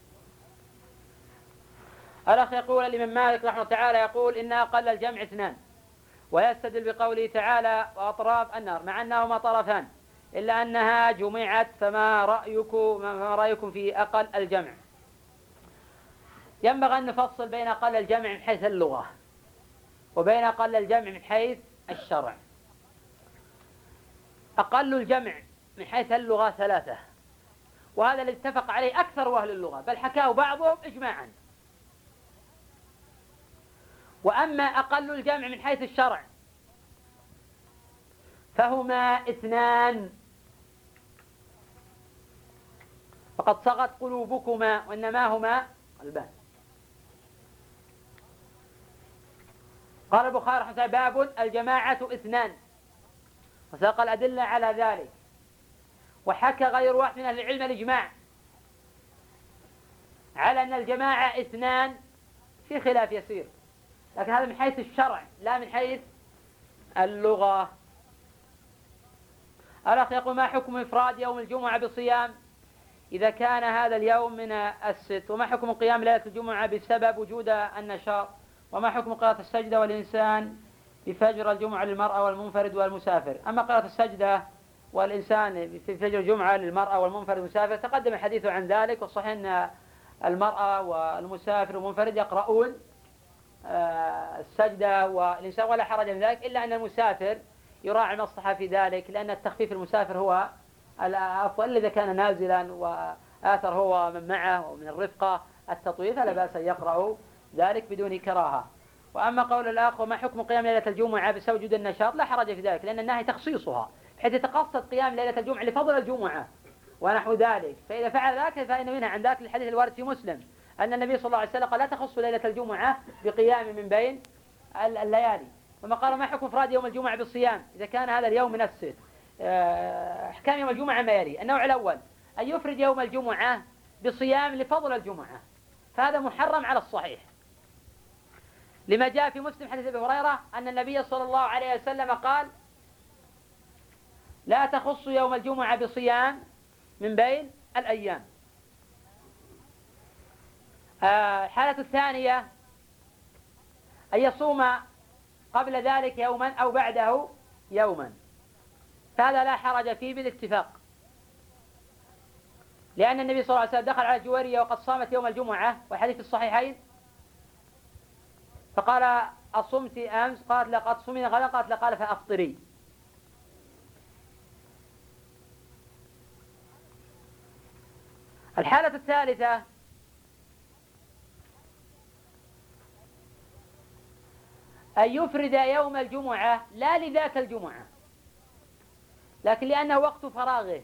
الأخ يقول الإمام مالك رحمه الله تعالى يقول إن أقل الجمع 2، ويستدل بقوله تعالى وأطراف النار مع أنهما طرفان إلا أنها جمعت. فما رأيكم في أقل الجمع؟ ينبغي أن نفصل بين أقل الجمع من حيث اللغة وبين أقل الجمع من حيث الشرع. أقل الجمع من حيث اللغة 3، وهذا اللي اتفق عليه أكثر أهل اللغة، بل حكاه بعضهم إجماعا. وأما أقل الجمع من حيث الشرع فهما 2، فقد صغت قلوبكما وإنما هما قلبان. قال البخاري رحمه الله باب الجماعة 2، وساق الأدلة على ذلك. وحكى غير واحد من أهل العلم الإجماع على أن الجماعة 2 في خلاف يسير، لكن هذا من حيث الشرع لا من حيث اللغة. الأخ يقول: ما حكم إفراد يوم الجمعة بصيام إذا كان هذا اليوم من الست؟ وما حكم قيام ليلة الجمعة بسبب وجود النشاط؟ وما حكم قراءة السجدة والإنسان بفجر الجمعة للمرأة والمنفرد والمسافر؟ أما قراءة السجدة والإنسان في فجر الجمعة للمرأة والمنفرد والمسافر تقدم الحديث عن ذلك، والصحيح أن المرأة والمسافر والمنفرد يقرؤون السجدة والإنسان ولا حرج من ذلك، إلا أن المسافر يراعي المصلحة في ذلك، لأن التخفيف المسافر هو الأفضل إذا كان نازلا وآثر هو من معه ومن الرفقة التطويل فلا بأس أن يقرأ ذلك بدون كراهة. وأما قول الآخر: ما حكم قيام ليلة الجمعة بسبب وجود النشاط؟ لا حرج في ذلك، لأن النهي تخصيصها بحيث يتقصد قيام ليلة الجمعة لفضل الجمعة ونحو ذلك، فإذا فعل ذلك فإن منها عن ذلك الحديث الوارد في مسلم أن النبي صلى الله عليه وسلم قال: لا تخص ليلة الجمعة بقيام من بين الليالي. ثم قال: ما حكم إفراد يوم الجمعة بالصيام إذا كان هذا اليوم من الست؟ أحكام يوم الجمعة ما يلي: النوع الأول أن يفرد يوم الجمعة بصيام لفضل الجمعة، فهذا محرم على الصحيح، لما جاء في مسلم حديث أبي هريرة أن النبي صلى الله عليه وسلم قال: لا تخص يوم الجمعة بصيام من بين الأيام. الحالة الثانية أن يصوم قبل ذلك يوما أو بعده يوما، فهذا لا حرج فيه بالاتفاق، لأن النبي صلى الله عليه وسلم دخل على جويرية وقد صامت يوم الجمعة والحديث في الصحيحين، فقال: أصمت أمس؟ قالت: لا. قد صمنا غدا؟ قالت: لا. قال: فأفطري. الحالة الثالثة أن يفرد يوم الجمعة لا لذات الجمعة، لكن لأنه وقت فراغه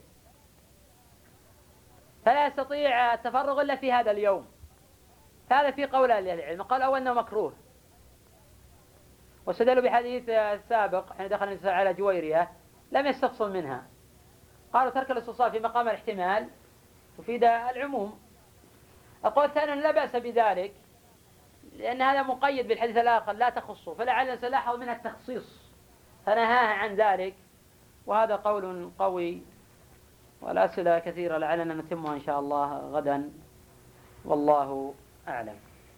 فلا يستطيع التفرغ إلا في هذا اليوم، هذا في قول أهل العلم. قال أو أنه مكروه، واستدلوا بحديث السابق حين دخل النساء على جويرية لم يستفصل منها، قالوا ترك الاستفصال في مقام الاحتمال تفيد العموم. القول الثاني لا بأس بذلك، لأن هذا مقيد بالحديث الآخر لا تخصه، فلعل سلاحظ منها التخصيص فنهاها عن ذلك، وهذا قول قوي. والأسئلة كثيرة لعلنا نتمها إن شاء الله غدا، والله أعلم.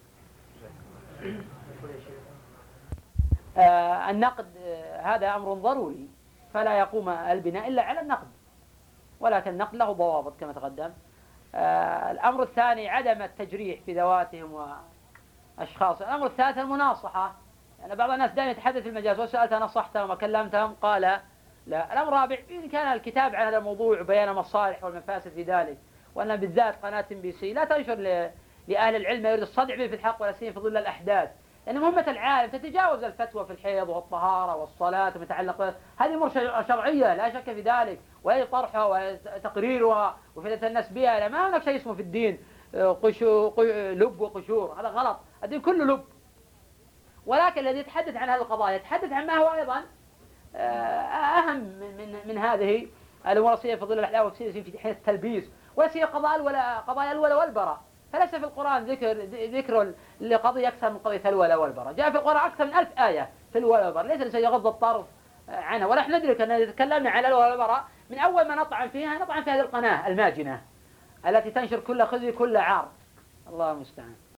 النقد هذا أمر ضروري، فلا يقوم البناء إلا على النقد، ولكن النقد له ضوابط كما تقدم. الأمر الثاني عدم التجريح في ذواتهم وأشخاص. الأمر الثالث المناصحة، يعني بعض الناس دائما يتحدث في المجالس وسألت نصحتهم وكلمتهم قال لا. الأمر الرابع إن كان الكتاب عن هذا الموضوع وبيان المصالح والمفاسد في ذلك، وأن بالذات قناة MBC لا تنشر لأهل العلم ما يريد الصدع به في الحق ولا سيما في ظل الأحداث، لأن مهمة العالم تتجاوز الفتوى في الحيض والطهارة والصلاة وما يتعلق بها، هذه أمور شرعية لا شك في ذلك، ويجب طرحها وتقريرها وفائدة الناس بها. ما هناك شيء اسمه في الدين لب وقشور، هذا غلط، الدين كله لب. ولكن الذي يتحدث عن هذه القضايا يتحدث عن ما هو أيضا أهم من هذه الأمور في ظل الأحداث في حين التلبيس، وليس هي قضايا الولاء والبراء. فليس في القرآن ذكر لقضية أكثر من قضية الولاء والبراء، جاء في القرآن أكثر من 1000 آية في الولاء والبراء، ليس يغض الطرف عنها. ونحن ندرك أن إذا تكلمنا عن الولاء والبراء من أول ما نطعن في هذه القناة الماجنة التي تنشر كل خزي كل عار، الله المستعان.